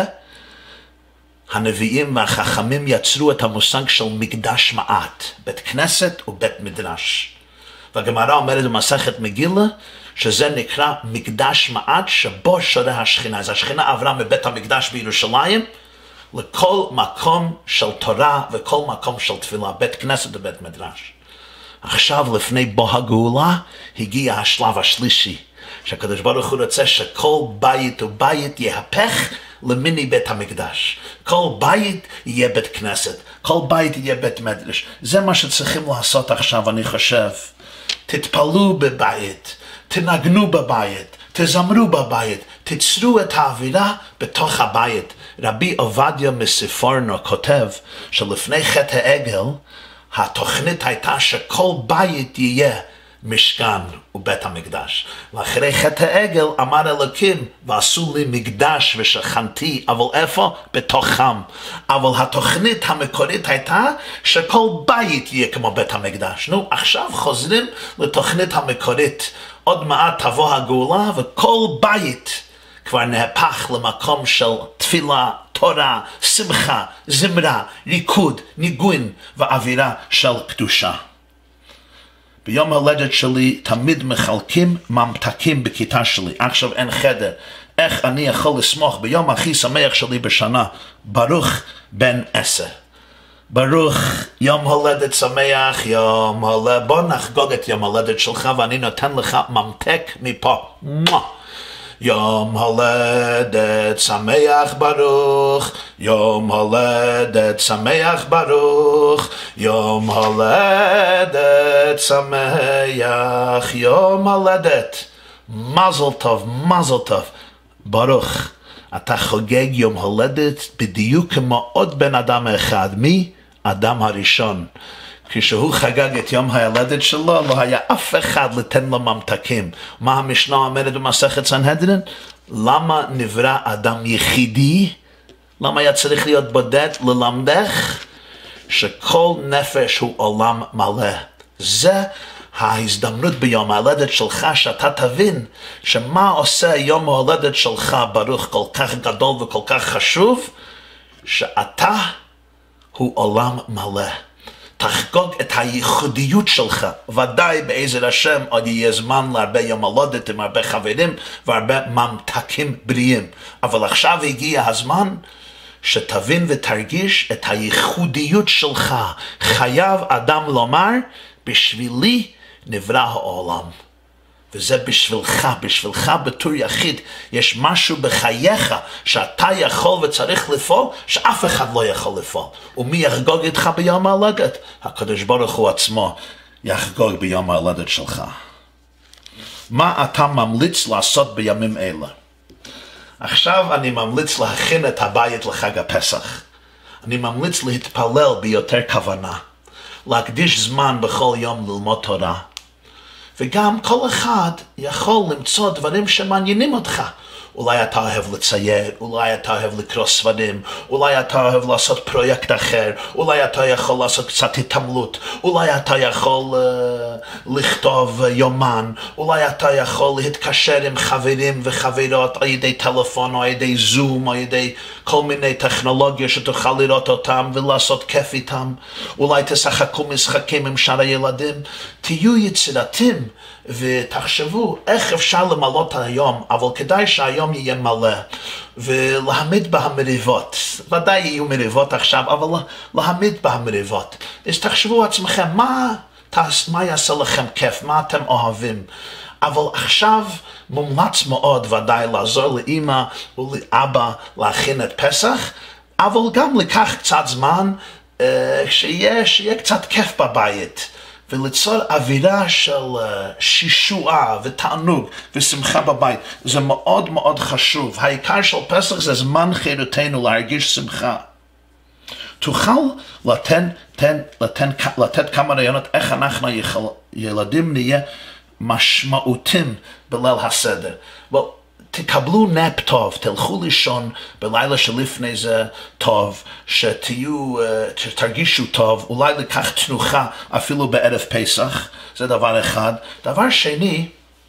S2: הנביאים והחכמים יצרו את המושג של מקדש מעט, בית כנסת ובית מדרש. והגמרא אומרת במסכת מגילה, שזה נקרא מקדש מעט שבו שורה השכינה. אז השכינה עברה מבית המקדש בירושלים, לכל מקום של תורה וכל מקום של תפילה, בית כנסת ובית מדרש. עכשיו לפני בוא הגאולה הגיע השלב השלישי, שהקדוש ברוך הוא רוצה שכל בית ובית יהפך למיני בית המקדש. כל בית יהיה בית כנסת, כל בית יהיה בית מדרש. זה מה שצריכים לעשות עכשיו, אני חושב. תתפלו בבית, תנגנו בבית, תזמרו בבית, תצרו את האווירה בתוך הבית. רבי עובדיה מספורנו כותב שלפני חטא העגל, התוכנית הייתה שכל בית יהיה משכן ובית המקדש. ואחרי חטא העגל אמר אלוקים, ועשו לי מקדש ושכנתי, אבל איפה? בתוכם. אבל התוכנית המקורית הייתה שכל בית יהיה כמו בית המקדש. נו, עכשיו חוזרים לתוכנית המקורית. עוד מעט תבוא הגאולה וכל בית כבר נהפך למקום של תפילה, תורה, שמחה, זמרה, ריקוד, ניגון ואווירה של קדושה. ביום הולדת שלי תמיד מחלקים ממתקים בכיתה שלי. עכשיו אין חדר. איך אני יכול לסמוך ביום הכי שמח שלי בשנה? ברוך בן עשר. ברוך, יום הולדת שמח, יום הולדת. בוא נחגוג את יום הולדת שלך ואני נותן לך ממתק מפה. יום הולדת שמח ברוך, יום הולדת שמח ברוך, יום הולדת שמח, יום הולדת. מזל טוב, מזל טוב. ברוך, אתה חוגג יום הולדת בדיוק כמו עוד בן אדם אחד. מי? אדם הראשון. כשהוא חגג את יום ההולדת שלו, לא היה אף אחד לתן לו ממתקים. מה המשנה אומרת במסכת סנהדרין? למה נברא אדם יחידי? למה היה צריך להיות בודד? ללמדך שכל נפש הוא עולם מלא. זה ההזדמנות ביום ההולדת שלך, שאתה תבין שמה עושה יום ההולדת שלך ברוך כל כך גדול וכל כך חשוב, שאתה הוא עולם מלא. תחגוג את הייחודיות שלך. ודאי בעזר השם עוד יהיה זמן להרבה יום הולדת עם הרבה חברים והרבה ממתקים בריאים. אבל עכשיו הגיע הזמן שתבין ותרגיש את הייחודיות שלך. חייב אדם לומר, בשבילי נברא העולם. וזה בשבילך, בשבילך בתור יחיד. יש משהו בחייך שאתה יכול וצריך לפעול, שאף אחד לא יכול לפעול. ומי יחגוג איתך ביום ההולדת? הקדוש ברוך הוא עצמו יחגוג ביום ההולדת שלך. מה אתה ממליץ לעשות בימים אלה? עכשיו אני ממליץ להכין את הבית לחג הפסח. אני ממליץ להתפלל ביותר כוונה. להקדיש זמן בכל יום ללמוד תורה. וגם כל אחד יכול למצוא דברים שמעניינים אותך. אולי אתה אוהב לצייר, אולי אתה אוהב לקרוא ספרים, אולי אתה אוהב לעשות פרויקט אחר, אולי אתה יכול לעשות קצת התעמלות, אולי אתה יכול uh, לכתוב uh, יומן, אולי אתה יכול להתקשר עם חברים וחברות על ידי טלפון או על ידי זום או על ידי כל מיני טכנולוגיות שתוכל לראות אותם ולעשות כיף איתם, אולי תשחקו משחקים עם שאר הילדים, תהיו יצירתיים ותחשבו איך אפשר למלא את היום, אבל כדאי שהיום יהיה מלא ולהעמיד בהמריבות, ודאי יהיו מריבות עכשיו, אבל להעמיד בהמריבות. אז תחשבו עצמכם, מה, מה יעשה לכם כיף, מה אתם אוהבים, אבל עכשיו מומלץ מאוד ודאי לעזור לאמא ולאבא להכין את פסח, אבל גם לקח קצת זמן שיהיה, שיהיה קצת כיף בבית, וליצור אווירה של שישועה ותענוג ושמחה בבית. זה מאוד מאוד חשוב. העיקר של פסח זה זמן חירותנו להרגיש שמחה. תוכל לתן, תן, לתן, לתת כמה רעיונות איך אנחנו ילדים נהיה משמעותיים בליל הסדר. Well, תקבלו נפ טוב, תלכו לישון בלילה שלפני זה טוב, שתהיו, שתרגישו טוב, אולי לקח תנוחה אפילו בערב פסח, זה דבר אחד. דבר שני,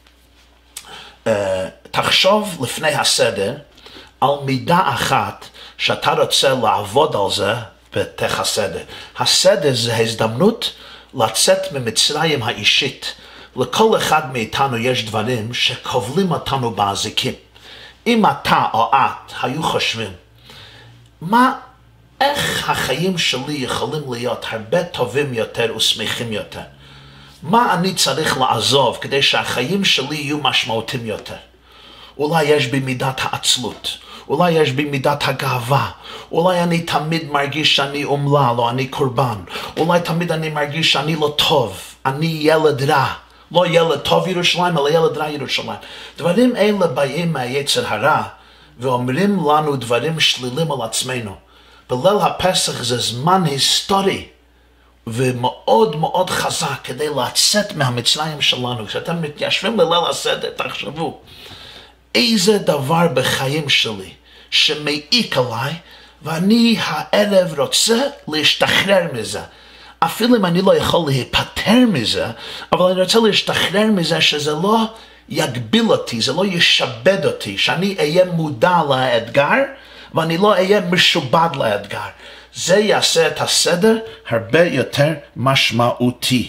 S2: תחשוב לפני הסדר על מידה אחת שאתה רוצה לעבוד על זה בתוך הסדר. הסדר זה הזדמנות לצאת ממצרים האישית. לכל אחד מאיתנו יש דברים שכובלים אותנו באזיקים. אם אתה או את היו חושבים, מה, איך החיים שלי יכולים להיות הרבה טובים יותר ושמחים יותר? מה אני צריך לעזוב כדי שהחיים שלי יהיו משמעותיים יותר? אולי יש בי מידת העצלות, אולי יש בי מידת הגאווה, אולי אני תמיד מרגיש שאני אומלל או אני קורבן, אולי תמיד אני מרגיש שאני לא טוב, אני ילד רע. לא ילד טוב ירושלים, אלא ילד רע ירושלים. דברים אלה באים מהיצר הרע, ואומרים לנו דברים שלילים על עצמנו. בליל הפסח זה זמן היסטורי, ומאוד מאוד חזק כדי לצאת מהמצרים שלנו. כשאתם מתיישבים בליל הסדר, תחשבו, איזה דבר בחיים שלי שמעיק עליי, ואני הערב רוצה להשתחרר מזה. אפילו אם אני לא יכול להיפטר מזה, אבל אני רוצה להשתחרר מזה שזה לא יגביל אותי, זה לא ישבד אותי, שאני אהיה מודע לאתגר, ואני לא אהיה משובד לאתגר. זה יעשה את הסדר הרבה יותר משמעותי.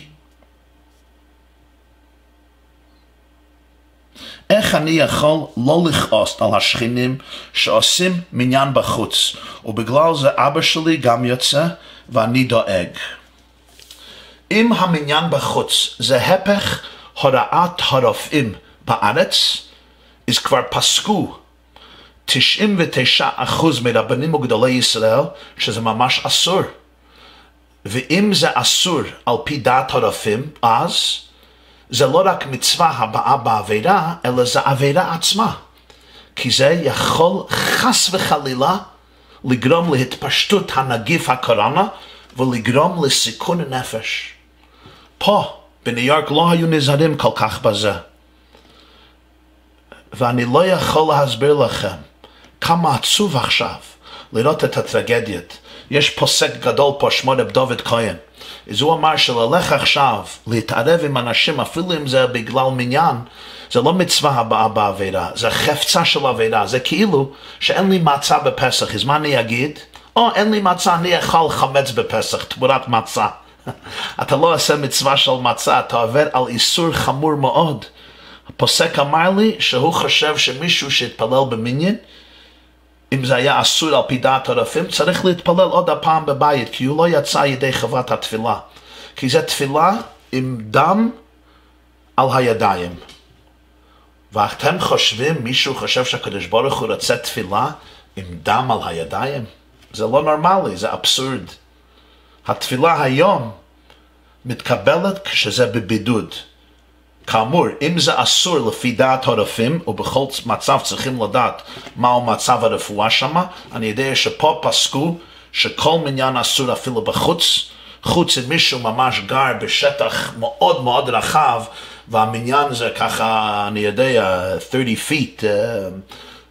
S2: איך אני יכול לא לכעוס על השכנים שעושים מניין בחוץ, ובגלל זה אבא שלי גם יוצא ואני דואג. אם המניין בחוץ זה הפך הוראת הרופאים בארץ, אז כבר פסקו תשעים ותשעה אחוז מרבנים וגדולי ישראל שזה ממש אסור. ואם זה אסור על פי דעת הרופאים, אז זה לא רק מצווה הבאה בעבירה, אלא זה עבירה עצמה. כי זה יכול חס וחלילה לגרום להתפשטות הנגיף הקורונה ולגרום לסיכון הנפש. פה, בניו יורק, לא היו נזהרים כל כך בזה. ואני לא יכול להסביר לכם כמה עצוב עכשיו לראות את הטרגדיות. יש פוסק גדול פה, שמו רב דוד כהן. אז הוא אמר שללך עכשיו להתערב עם אנשים, אפילו אם זה בגלל מניין, זה לא מצווה הבאה בעבירה, זה חפצה של עבירה. זה כאילו שאין לי מצה בפסח, אז מה אני אגיד? או אין לי מצה, אני אוכל חמץ בפסח, תמורת מצה. אתה לא עושה מצווה של מצה, אתה עובר על איסור חמור מאוד. הפוסק אמר לי שהוא חושב שמישהו שהתפלל במניין, אם זה היה אסור על פי דעת הרופאים, צריך להתפלל עוד הפעם בבית, כי הוא לא יצא ידי חברת התפילה. כי זה תפילה עם דם על הידיים. ואתם חושבים, מישהו חושב שהקדוש ברוך הוא רוצה תפילה עם דם על הידיים? זה לא נורמלי, זה אבסורד. התפילה היום מתקבלת כשזה בבידוד. כאמור, אם זה אסור לפי דעת הרופאים, ובכל מצב צריכים לדעת מהו מצב הרפואה שמה, אני יודע שפה פסקו שכל מניין אסור אפילו בחוץ, חוץ אם מישהו ממש גר בשטח מאוד מאוד רחב, והמניין זה ככה, אני יודע, thirty feet,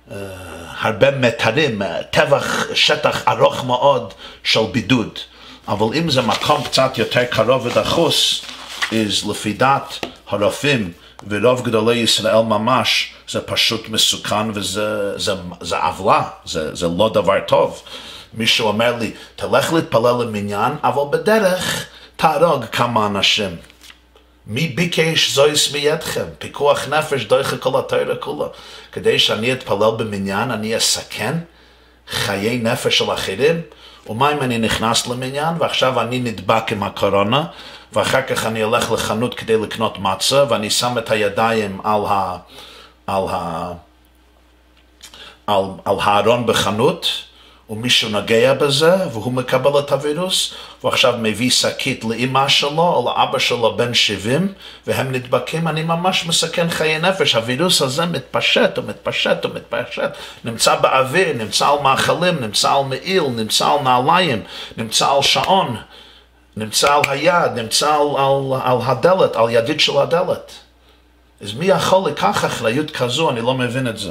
S2: הרבה מתרים, טווח שטח ארוך מאוד של בידוד. אבל אם זה מקום קצת יותר קרוב ודחוס, אז לפי דעת הרופאים ורוב גדולי ישראל ממש, זה פשוט מסוכן וזה זה, זה עוולה, זה, זה לא דבר טוב. מישהו אומר לי, תלך להתפלל למניין, אבל בדרך תהרוג כמה אנשים. מי ביקש זויס מידכם? פיקוח נפש דוחה כל התורה כולה. כדי שאני אתפלל במניין, אני אסכן חיי נפש של אחרים? ומה אם אני נכנס למניין, ועכשיו אני נדבק עם הקורונה, ואחר כך אני הולך לחנות כדי לקנות מצה, ואני שם את הידיים על ה... על ה... על, על הארון בחנות, ומישהו נגע בזה, והוא מקבל את הווירוס, ועכשיו מביא שקית לאמא שלו, או לאבא שלו בן שבעים, והם נדבקים, אני ממש מסכן חיי נפש. הווירוס הזה מתפשט, ומתפשט, ומתפשט, נמצא באוויר, נמצא על מאכלים, נמצא על מעיל, נמצא על נעליים, נמצא על שעון, נמצא על היד, נמצא על, על, על הדלת, על ידית של הדלת. אז מי יכול לקח אחריות כזו? אני לא מבין את זה.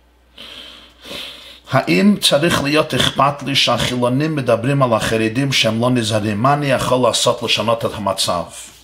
S2: האם צריך להיות אכפת לי שהחילונים מדברים על החרדים שהם לא נזהרים? מה אני יכול לעשות לשנות את המצב?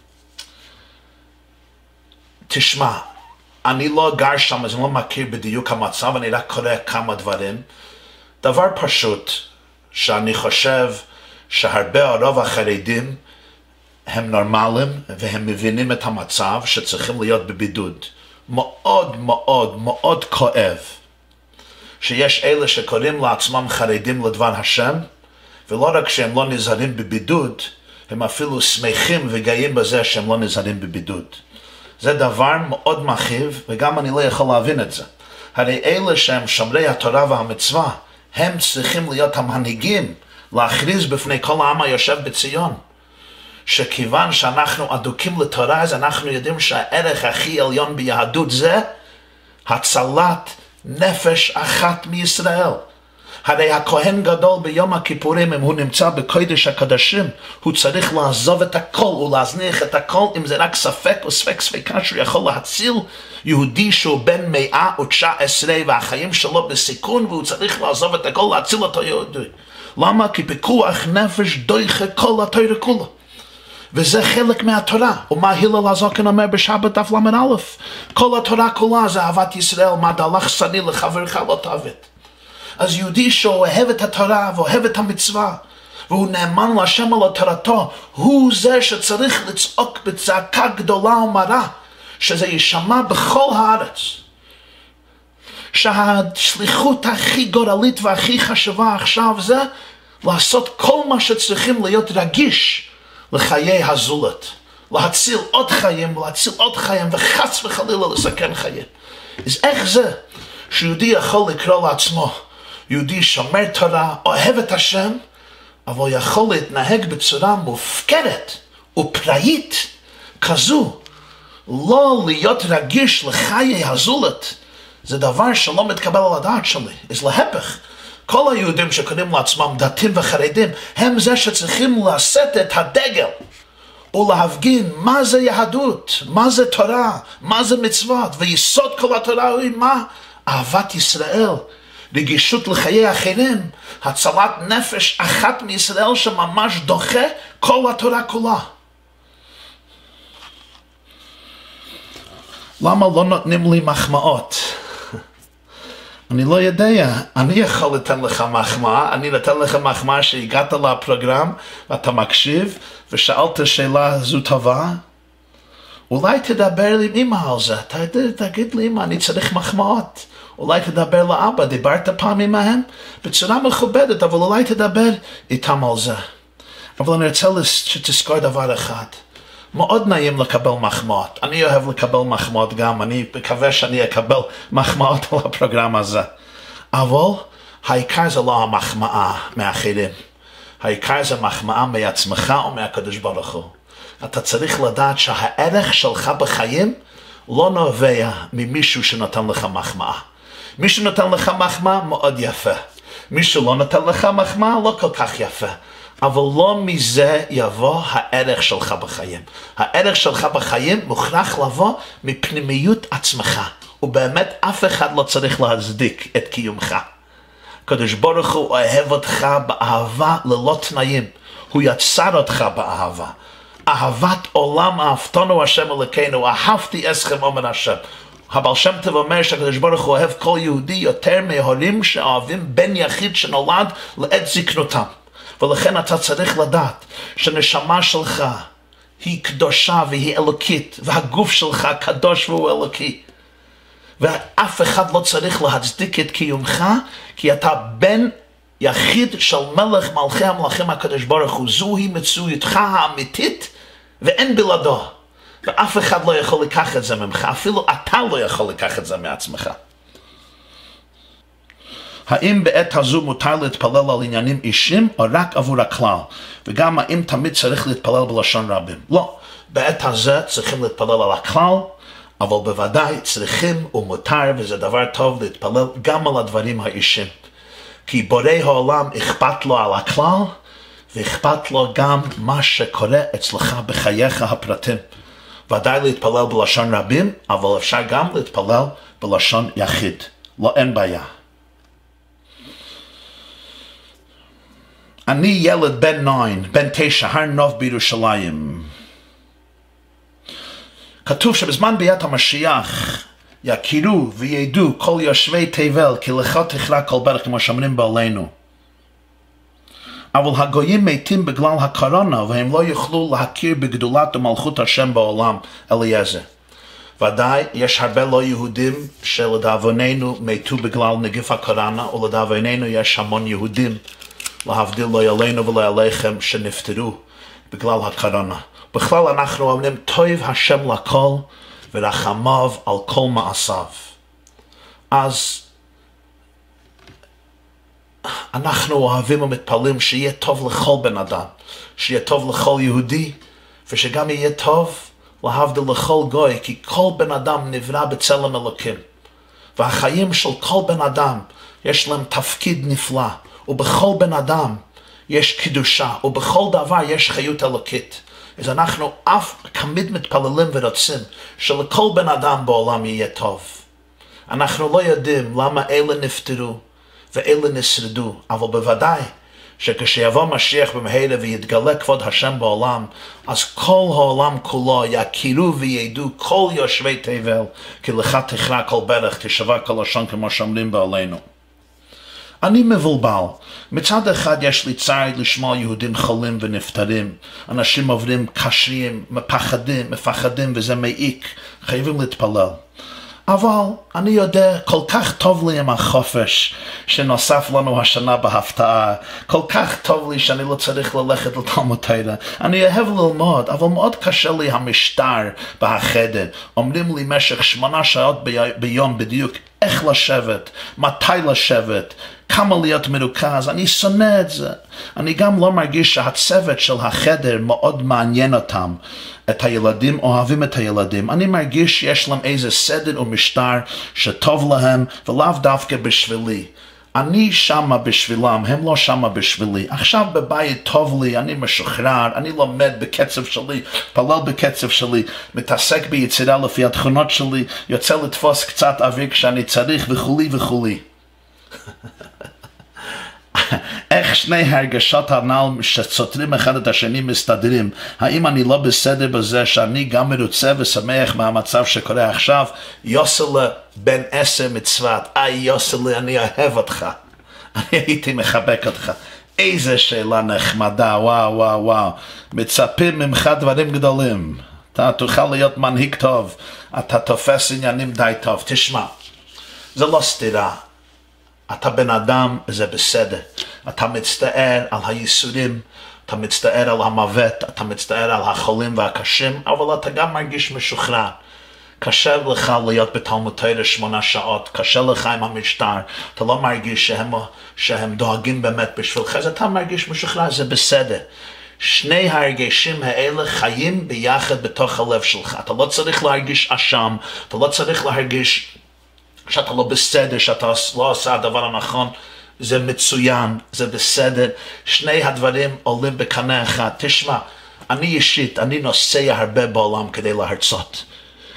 S2: תשמע, אני לא גר שם, אז אני לא מכיר בדיוק המצב, אני רק קורא כמה דברים. דבר פשוט, שאני חושב שהרבה הרוב החרדים הם נורמליים והם מבינים את המצב שצריכים להיות בבידוד. מאוד מאוד מאוד כואב שיש אלה שקוראים לעצמם חרדים לדבר השם, ולא רק שהם לא נזהרים בבידוד, הם אפילו שמחים וגאים בזה שהם לא נזהרים בבידוד. זה דבר מאוד מכאיב, וגם אני לא יכול להבין את זה. הרי אלה שהם שומרי התורה והמצווה, הם צריכים להיות המנהיגים, להכריז בפני כל העם היושב בציון, שכיוון שאנחנו אדוקים לתורה, אז אנחנו יודעים שהערך הכי עליון ביהדות זה הצלת נפש אחת מישראל. הרי הכהן גדול ביום הכיפורים, אם הוא נמצא בקודש הקדשים, הוא צריך לעזוב את הכל ולהזניח את הכל, אם זה רק ספק או ספק ספקה שהוא יכול להציל יהודי שהוא בן מאה ותשע עשרה והחיים שלו בסיכון, והוא צריך לעזוב את הכל להציל אותו יהודי. למה? כי פיקוח נפש דוחה כל התורה כולה. וזה חלק מהתורה. ומה הלל הזקן אומר בשבת דף למד א'? כל התורה כולה זה אהבת ישראל, מה דלך שני לחברך לא תעבד. אז יהודי שאוהב את התורה ואוהב את המצווה, והוא נאמן להשם על תורתו, הוא זה שצריך לצעוק בצעקה גדולה ומרה, שזה יישמע בכל הארץ. שהשליחות הכי גורלית והכי חשובה עכשיו זה לעשות כל מה שצריכים להיות רגיש לחיי הזולת, להציל עוד חיים, להציל עוד חיים, וחס וחלילה לסכן חיים. אז איך זה שיהודי יכול לקרוא לעצמו יהודי שומר תורה, אוהב את השם, אבל יכול להתנהג בצורה מופקרת ופראית כזו, לא להיות רגיש לחיי הזולת? זה דבר שלא מתקבל על הדעת שלי. אז להפך, כל היהודים שקוראים לעצמם דתיים וחרדים, הם זה שצריכים לשאת את הדגל ולהפגין מה זה יהדות, מה זה תורה, מה זה מצוות, ויסוד כל התורה הוא מה? אהבת ישראל, רגישות לחיי אחרים, הצלת נפש אחת מישראל שממש דוחה כל התורה כולה. למה לא נותנים לי מחמאות? אני לא יודע, אני יכול לתת לך מחמאה, אני נותן לך מחמאה שהגעת לפרוגרם ואתה מקשיב ושאלת שאלה זו טובה. אולי תדבר עם אמא על זה, תגיד לי אמא, אני צריך מחמאות. אולי תדבר לאבא, דיברת פעם עמהם בצורה מכובדת, אבל אולי תדבר איתם על זה. אבל אני רוצה שתזכור דבר אחד, מאוד נעים לקבל מחמאות. אני אוהב לקבל מחמאות גם, אני מקווה שאני אקבל מחמאות על הפרוגרם הזה. אבל העיקר זה לא המחמאה מאחרים. העיקר זה מחמאה מעצמך או מהקדוש ברוך הוא. אתה צריך לדעת שהערך שלך בחיים לא נובע ממישהו שנותן לך מחמאה. מישהו נותן לך מחמאה מאוד יפה. מישהו לא נותן לך מחמאה לא כל כך יפה. אבל לא מזה יבוא הערך שלך בחיים. הערך שלך בחיים מוכרח לבוא מפנימיות עצמך. ובאמת אף אחד לא צריך להצדיק את קיומך. הקדוש ברוך הוא אוהב אותך באהבה ללא תנאים. הוא יצר אותך באהבה. אהבת עולם אהבתנו השם אלוקינו, אהבתי אתכם אומר השם. הבעל שם טוב אומר שהקדוש ברוך הוא אוהב כל יהודי יותר מהורים שאוהבים בן יחיד שנולד לעת זקנותם. ולכן אתה צריך לדעת שנשמה שלך היא קדושה והיא אלוקית, והגוף שלך קדוש והוא אלוקי. ואף אחד לא צריך להצדיק את קיומך, כי אתה בן יחיד של מלך מלכי המלכים הקדוש ברוך הוא. זוהי מציאותך האמיתית ואין בלעדו. ואף אחד לא יכול לקח את זה ממך, אפילו אתה לא יכול לקח את זה מעצמך. האם בעת הזו מותר להתפלל על עניינים אישיים או רק עבור הכלל? וגם האם תמיד צריך להתפלל בלשון רבים? לא, בעת הזה צריכים להתפלל על הכלל, אבל בוודאי צריכים ומותר, וזה דבר טוב, להתפלל גם על הדברים האישיים. כי בורא העולם אכפת לו על הכלל, ואכפת לו גם מה שקורה אצלך בחייך הפרטים. ודאי להתפלל בלשון רבים, אבל אפשר גם להתפלל בלשון יחיד. לא, אין בעיה. אני ילד בן נין, בן תשע, הר נוף בירושלים. כתוב שבזמן ביאת המשיח יכירו וידעו כל יושבי תבל כי לך תכרע כל ברך, כמו שאומרים בעלינו. אבל הגויים מתים בגלל הקורונה והם לא יוכלו להכיר בגדולת ומלכות השם בעולם. אליעזר. ודאי יש הרבה לא יהודים שלדאבוננו מתו בגלל נגיף הקורונה, ולדאבוננו יש המון יהודים, להבדיל לא עלינו ולא עליכם, שנפטרו בגלל הקורונה. בכלל אנחנו אומרים טוב השם לכל ורחמיו על כל מעשיו. אז אנחנו אוהבים ומתפללים שיהיה טוב לכל בן אדם, שיהיה טוב לכל יהודי, ושגם יהיה טוב להבדיל לכל גוי, כי כל בן אדם נברא בצלם אלוקים. והחיים של כל בן אדם יש להם תפקיד נפלא, ובכל בן אדם יש קדושה, ובכל דבר יש חיות אלוקית. אז אנחנו אף תמיד מתפללים ורוצים שלכל בן אדם בעולם יהיה טוב. אנחנו לא יודעים למה אלה נפטרו ואלה נשרדו, אבל בוודאי שכשיבוא משיח במהרה ויתגלה כבוד השם בעולם, אז כל העולם כולו יכירו וידעו כל יושבי תבל, כי לך תכרע כל ברך, תשבע כל לשון, כמו שאומרים בעלינו. אני מבולבל. מצד אחד יש לי צער לשמוע יהודים חולים ונפטרים. אנשים עוברים קשיים, מפחדים, מפחדים, וזה מעיק. חייבים להתפלל. אבל אני יודע, כל כך טוב לי עם החופש שנוסף לנו השנה בהפתעה. כל כך טוב לי שאני לא צריך ללכת לתלמוד תורה. אני אוהב ללמוד, אבל מאוד קשה לי המשטר בחדר. אומרים לי משך שמונה שעות בי... ביום בדיוק איך לשבת, מתי לשבת, כמה להיות מרוכז. אני שונא את זה. אני גם לא מרגיש שהצוות של החדר מאוד מעניין אותם. את הילדים, אוהבים את הילדים. אני מרגיש שיש להם איזה סדר ומשטר שטוב להם, ולאו דווקא בשבילי. אני שמה בשבילם, הם לא שמה בשבילי. עכשיו בבית טוב לי, אני משוחרר, אני לומד בקצב שלי, פלל בקצב שלי, מתעסק ביצירה לפי התכונות שלי, יוצא לתפוס קצת אוויר כשאני צריך וכולי וכולי. איך שני הרגשות הנ"ל שסותרים אחד את השני מסתדרים? האם אני לא בסדר בזה שאני גם מרוצה ושמח מהמצב שקורה עכשיו? יוסלה בן עשר מצוות, איי יוסלה, אני אוהב אותך, אני הייתי מחבק אותך. איזה שאלה נחמדה, וואו וואו וואו. מצפים ממך דברים גדולים, אתה תוכל להיות מנהיג טוב, אתה תופס עניינים די טוב. תשמע, זה לא סתירה. אתה בן אדם, זה בסדר. אתה מצטער על הייסורים, אתה מצטער על המוות, אתה מצטער על החולים והקשים, אבל אתה גם מרגיש משוחרר. קשה לך להיות בתלמוד תורה שמונה שעות, קשה לך עם המשטר, אתה לא מרגיש שהם, שהם דואגים באמת בשבילך, אז אתה מרגיש משוחרר, זה בסדר. שני הרגשים האלה חיים ביחד בתוך הלב שלך. אתה לא צריך להרגיש אשם, אתה לא צריך להרגיש שאתה לא בסדר, שאתה לא עושה הדבר הנכון. זה מצוין, זה בסדר. שני הדברים עולים בקנה אחד. תשמע, אני אישית, אני נוסע הרבה בעולם כדי להרצות.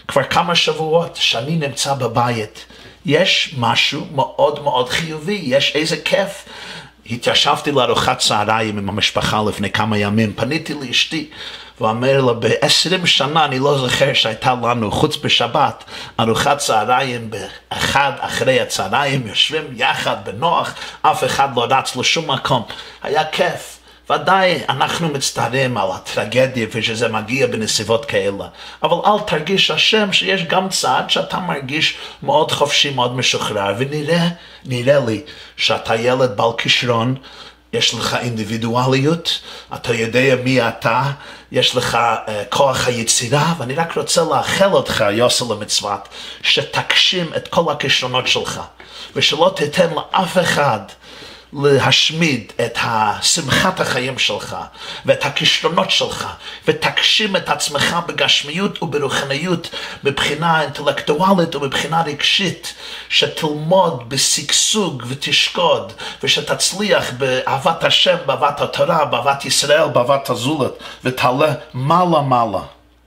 S2: כבר כמה שבועות שאני נמצא בבית, יש משהו מאוד מאוד חיובי, יש איזה כיף. התיישבתי לארוחת צהריים עם המשפחה לפני כמה ימים, פניתי לאשתי ואומר לה, בעשרים שנה אני לא זוכר שהייתה לנו, חוץ בשבת, ארוחת צהריים באחד אחרי הצהריים, יושבים יחד בנוח, אף אחד לא רץ לשום מקום, היה כיף. ודאי אנחנו מצטערים על הטרגדיה ושזה מגיע בנסיבות כאלה, אבל אל תרגיש אשם שיש גם צעד שאתה מרגיש מאוד חופשי, מאוד משוחרר, ונראה, נראה לי שאתה ילד בעל כישרון, יש לך אינדיבידואליות, אתה יודע מי אתה, יש לך uh, כוח היצירה, ואני רק רוצה לאחל אותך, יוסי למצוות, שתגשים את כל הכישרונות שלך, ושלא תיתן לאף אחד להשמיד את שמחת החיים שלך ואת הכישרונות שלך, ותגשים את עצמך בגשמיות וברוחניות, מבחינה אינטלקטואלית ומבחינה רגשית, שתלמוד בשגשוג ותשקוד, ושתצליח באהבת השם, באהבת התורה, באהבת ישראל, באהבת הזולת, ותעלה מעלה מעלה.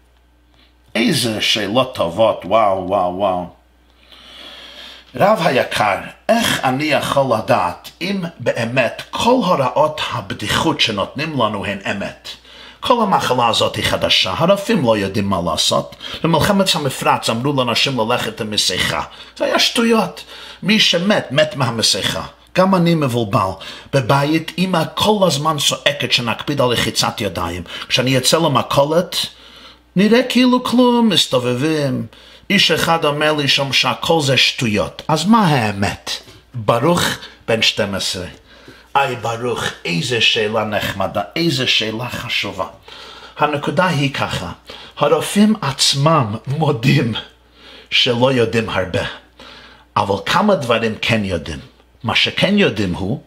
S2: איזה שאלות טובות, וואו וואו וואו. רב היקר, איך אני יכול לדעת אם באמת כל הוראות הבדיחות שנותנים לנו הן אמת? כל המחלה הזאת היא חדשה, הרופאים לא יודעים מה לעשות. במלחמת המפרץ אמרו לאנשים ללכת עם מסכה. זה היה שטויות. מי שמת, מת מהמסכה. גם אני מבולבל. בבית, אמא כל הזמן צועקת שנקפיד על לחיצת ידיים. כשאני יוצא למכולת, נראה כאילו כלום, מסתובבים. איש אחד אומר לי שם שהכל זה שטויות. אז מה האמת? ברוך בן שתים עשרה. איי ברוך, איזה שאלה נחמדה, איזה שאלה חשובה. הנקודה היא ככה, הרופאים עצמם מודים שלא יודעים הרבה, אבל כמה דברים כן יודעים. מה שכן יודעים הוא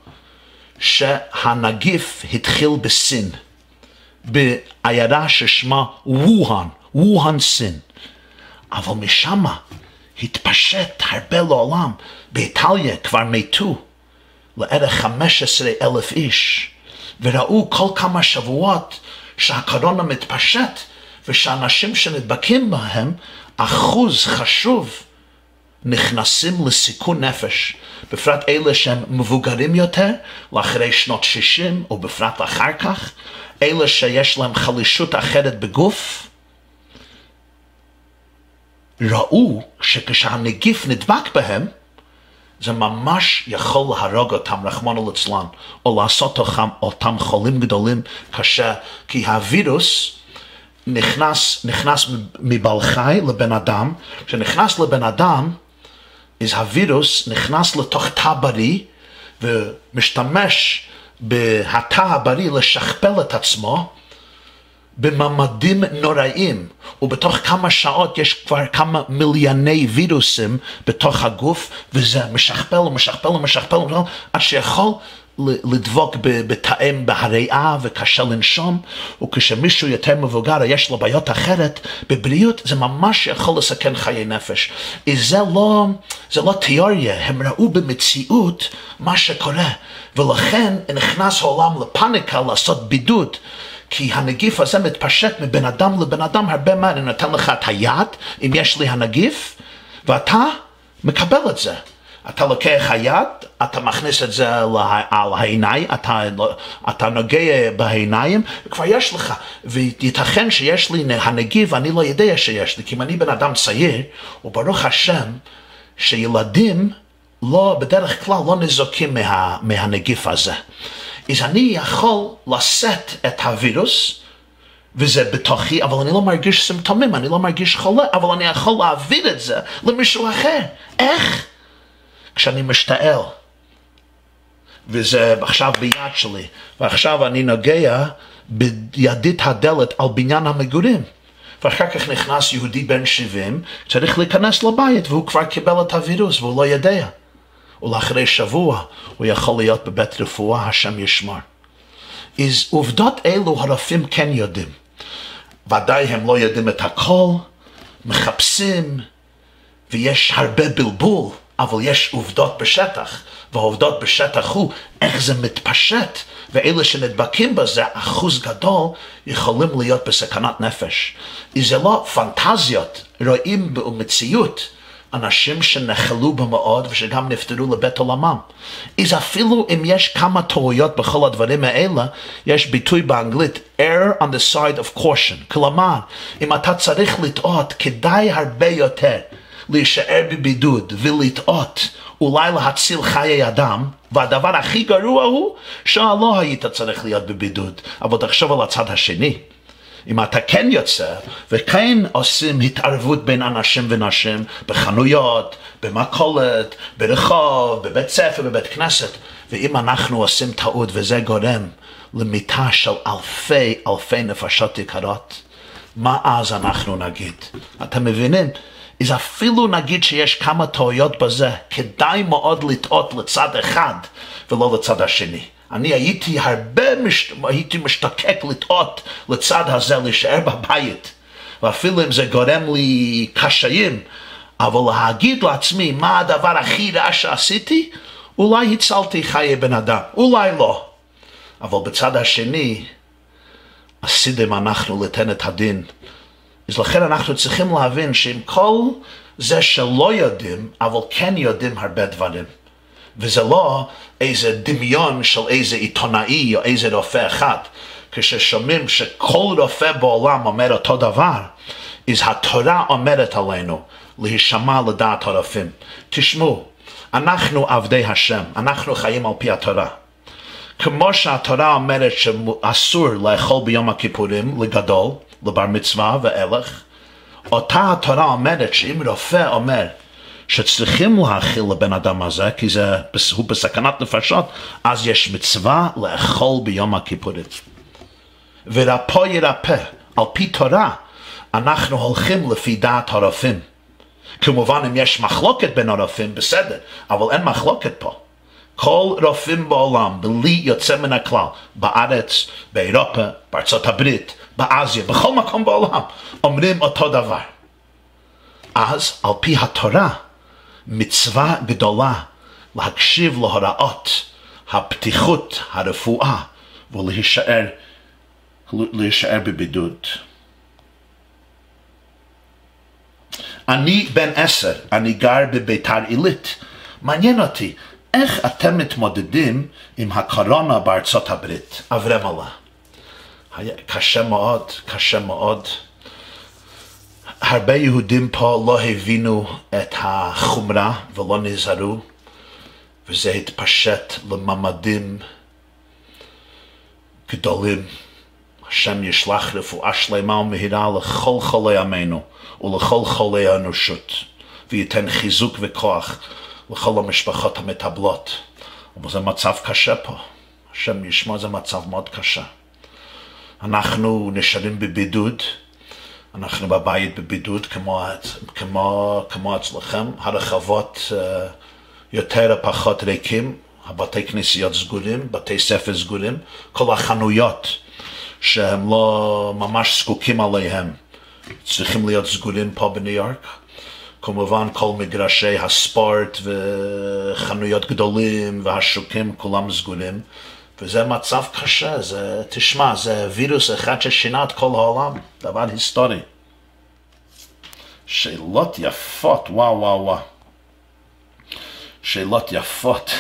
S2: שהנגיף התחיל בסין, בעיירה ששמה ווהאן, ווהאן סין. אבל משם התפשט הרבה לעולם. באיטליה כבר מתו לערך חמישה עשר אלף איש, וראו כל כמה שבועות שהקורונה מתפשט, ושאנשים שנדבקים בהם, אחוז חשוב נכנסים לסיכון נפש, בפרט אלה שהם מבוגרים יותר, לאחרי שנות שישים, או בפרט אחר כך, אלה שיש להם חלישות אחרת בגוף, ראו שכשהנגיף נדבק בהם, זה ממש יכול להרוג אותם, רחמנא ליצלן, או לעשות אותם, אותם חולים גדולים קשה, כי הווירוס נכנס, נכנס מבעל חי לבן אדם, כשנכנס לבן אדם, אז הווירוס נכנס לתוך תא בריא, ומשתמש בתא הבריא לשכפל את עצמו, בממדים נוראים, ובתוך כמה שעות יש כבר כמה מיליוני וירוסים בתוך הגוף, וזה משכפל ומשכפל ומשכפל, עד שיכול לדבוק בתאים בהריאה וקשה לנשום, וכשמישהו יותר מבוגר יש לו בעיות אחרת, בבריאות זה ממש יכול לסכן חיי נפש. זה לא, זה לא תיאוריה, הם ראו במציאות מה שקורה, ולכן נכנס העולם לפאניקה לעשות בידוד, כי הנגיף הזה מתפשט מבן אדם לבן אדם הרבה מהר. אני נותן לך את היד, אם יש לי הנגיף, ואתה מקבל את זה. אתה לוקח היד, אתה מכניס את זה על העיניים, אתה, אתה נוגע בעיניים, וכבר יש לך. ויתכן שיש לי הנגיף, אני לא יודע שיש לי, כי אם אני בן אדם צעיר, וברוך השם, שילדים לא, בדרך כלל לא נזוקים מה, מהנגיף הזה. אז אני יכול לשאת את הווירוס, וזה בתוכי, אבל אני לא מרגיש סימפטומים, אני לא מרגיש חולה, אבל אני יכול להעביר את זה למישהו אחר. איך? כשאני משתעל, וזה עכשיו ביד שלי, ועכשיו אני נוגע בידית הדלת על בניין המגורים, ואחר כך נכנס יהודי בן שבעים, צריך להיכנס לבית, והוא כבר קיבל את הווירוס, והוא לא יודע. ולאחרי שבוע הוא יכול להיות בבית רפואה, השם ישמר. אז עובדות אלו הרופאים כן יודעים. ודאי הם לא יודעים את הכל, מחפשים, ויש הרבה בלבול, אבל יש עובדות בשטח, והעובדות בשטח הוא איך זה מתפשט, ואלה שנדבקים בזה, אחוז גדול, יכולים להיות בסכנת נפש. זה לא פנטזיות, רואים במציאות, אנשים שנחלו במאוד ושגם נפטרו לבית עולמם. אז אפילו אם יש כמה טעויות בכל הדברים האלה, יש ביטוי באנגלית, err on the side of caution. כלומר, אם אתה צריך לטעות, כדאי הרבה יותר להישאר בבידוד ולטעות, אולי להציל חיי אדם, והדבר הכי גרוע הוא שלא היית צריך להיות בבידוד. אבל תחשוב על הצד השני. אם אתה כן יוצא, וכן עושים התערבות בין אנשים ונשים, בחנויות, במכולת, ברחוב, בבית ספר, בבית כנסת, ואם אנחנו עושים טעות וזה גורם למיתה של אלפי אלפי נפשות יקרות, מה אז אנחנו נגיד? אתם מבינים? אז אפילו נגיד שיש כמה טעויות בזה, כדאי מאוד לטעות לצד אחד ולא לצד השני. אני הייתי הרבה, מש... הייתי משתוקק לטעות לצד הזה, להישאר בבית. ואפילו אם זה גורם לי קשיים, אבל להגיד לעצמי מה הדבר הכי רע שעשיתי, אולי הצלתי חיי בן אדם, אולי לא. אבל בצד השני, עשיתם אנחנו לתן את הדין. אז לכן אנחנו צריכים להבין שעם כל זה שלא יודעים, אבל כן יודעים הרבה דברים. וזה לא איזה דמיון של איזה עיתונאי או איזה רופא אחד. כששומעים שכל רופא בעולם אומר אותו דבר, אז התורה אומרת עלינו להישמע לדעת הרופאים. תשמעו, אנחנו עבדי השם, אנחנו חיים על פי התורה. כמו שהתורה אומרת שאסור לאכול ביום הכיפורים לגדול, לבר מצווה ואלך, אותה התורה אומרת שאם רופא אומר שצריכים להאכיל לבן אדם הזה, כי זה, הוא בסכנת נפשות, אז יש מצווה לאכול ביום הכיפורים. ורפא ירפא, על פי תורה, אנחנו הולכים לפי דעת הרופאים. כמובן אם יש מחלוקת בין הרופאים, בסדר, אבל אין מחלוקת פה. כל רופאים בעולם, בלי יוצא מן הכלל, בארץ, באירופה, בארצות הברית, באסיה, בכל מקום בעולם, אומרים אותו דבר. אז על פי התורה, מצווה גדולה להקשיב להוראות הפתיחות, הרפואה, ולהישאר להישאר בבידוד. אני בן עשר, אני גר בביתר עילית. מעניין אותי, איך אתם מתמודדים עם הקורונה בארצות הברית? אברהם עלה. היה קשה מאוד, קשה מאוד. הרבה יהודים פה לא הבינו את החומרה ולא נזהרו, וזה התפשט לממדים גדולים. השם ישלח רפואה שלמה ומהירה לכל חולי עמנו ולכל חולי האנושות, וייתן חיזוק וכוח לכל המשפחות המטבלות. אבל זה מצב קשה פה. השם ישמע, זה מצב מאוד קשה. אנחנו נשארים בבידוד, אנחנו בבית בבידוד כמו, כמו, כמו אצלכם. הרחבות uh, יותר או פחות ריקים, הבתי כנסיות סגורים, בתי ספר סגורים, כל החנויות שהם לא ממש זקוקים עליהם צריכים להיות סגורים פה בניו יורק. כמובן כל מגרשי הספורט וחנויות גדולים והשוקים כולם סגורים, וזה מצב קשה. זה, תשמע, זה וירוס אחד ששינה את כל העולם, דבר היסטורי. שאלות יפות, וואו וואו וואו. שאלות יפות.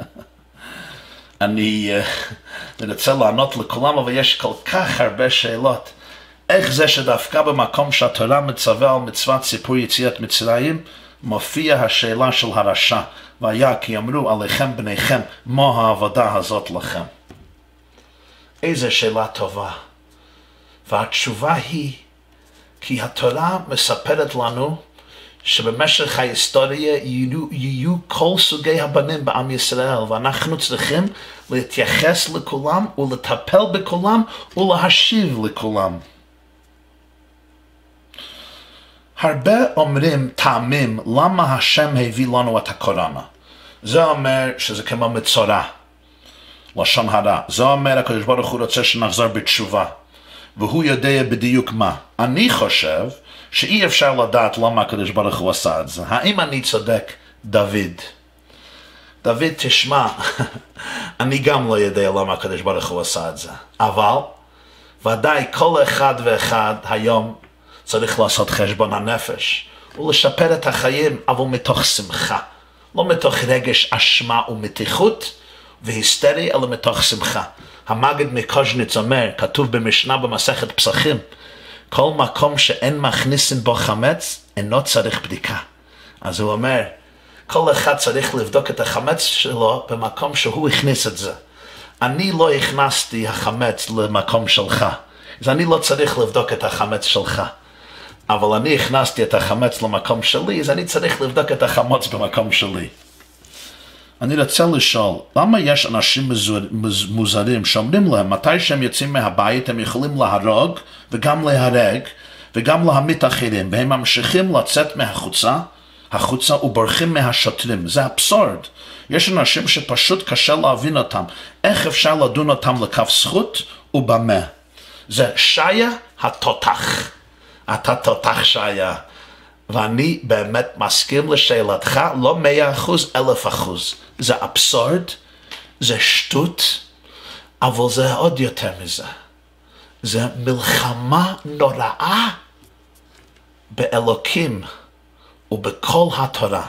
S2: אני uh, רוצה לענות לכולם, אבל יש כל כך הרבה שאלות. איך זה שדווקא במקום שהתורה מצווה על מצוות סיפור יציאת מצרים, מופיע השאלה של הרשע, והיה כי אמרו עליכם בניכם, מה העבודה הזאת לכם? איזה שאלה טובה. והתשובה היא, כי התורה מספרת לנו שבמשך ההיסטוריה יהיו, יהיו כל סוגי הבנים בעם ישראל, ואנחנו צריכים להתייחס לכולם ולטפל בכולם ולהשיב לכולם. הרבה אומרים טעמים למה השם הביא לנו את הקורונה. זה אומר שזה כמו מצורע, לשון הרע. זה אומר הקדוש ברוך הוא רוצה שנחזור בתשובה, והוא יודע בדיוק מה. אני חושב שאי אפשר לדעת למה הקדוש ברוך הוא עשה את זה. האם אני צודק דוד. דוד, תשמע, אני גם לא יודע למה הקדוש ברוך הוא עשה את זה, אבל ודאי כל אחד ואחד היום צריך לעשות חשבון הנפש ולשפר את החיים, אבל מתוך שמחה, לא מתוך רגש אשמה ומתיחות והיסטרי, אלא מתוך שמחה. המגד מקוז'ניץ אומר, כתוב במשנה במסכת פסחים, כל מקום שאין מכניסים בו חמץ אינו צריך בדיקה. אז הוא אומר, כל אחד צריך לבדוק את החמץ שלו במקום שהוא הכניס את זה. אני לא הכנסתי החמץ למקום שלך, אז אני לא צריך לבדוק את החמץ שלך. אבל אני הכנסתי את החמץ למקום שלי, אז אני צריך לבדוק את החמץ במקום שלי. אני רוצה לשאול, למה יש אנשים מוזרים שאומרים להם, מתי שהם יוצאים מהבית הם יכולים להרוג וגם להרג וגם להמית אחרים, והם ממשיכים לצאת מהחוצה, החוצה ובורחים מהשוטרים? זה אבסורד. יש אנשים שפשוט קשה להבין אותם. איך אפשר לדון אותם לכף זכות ובמה? זה שיה התותח. אתה תותח שיה. ואני באמת מסכים לשאלתך, לא מאה אחוז, אלף אחוז. זה אבסורד, זה שטות, אבל זה עוד יותר מזה. זה מלחמה נוראה באלוקים ובכל התורה.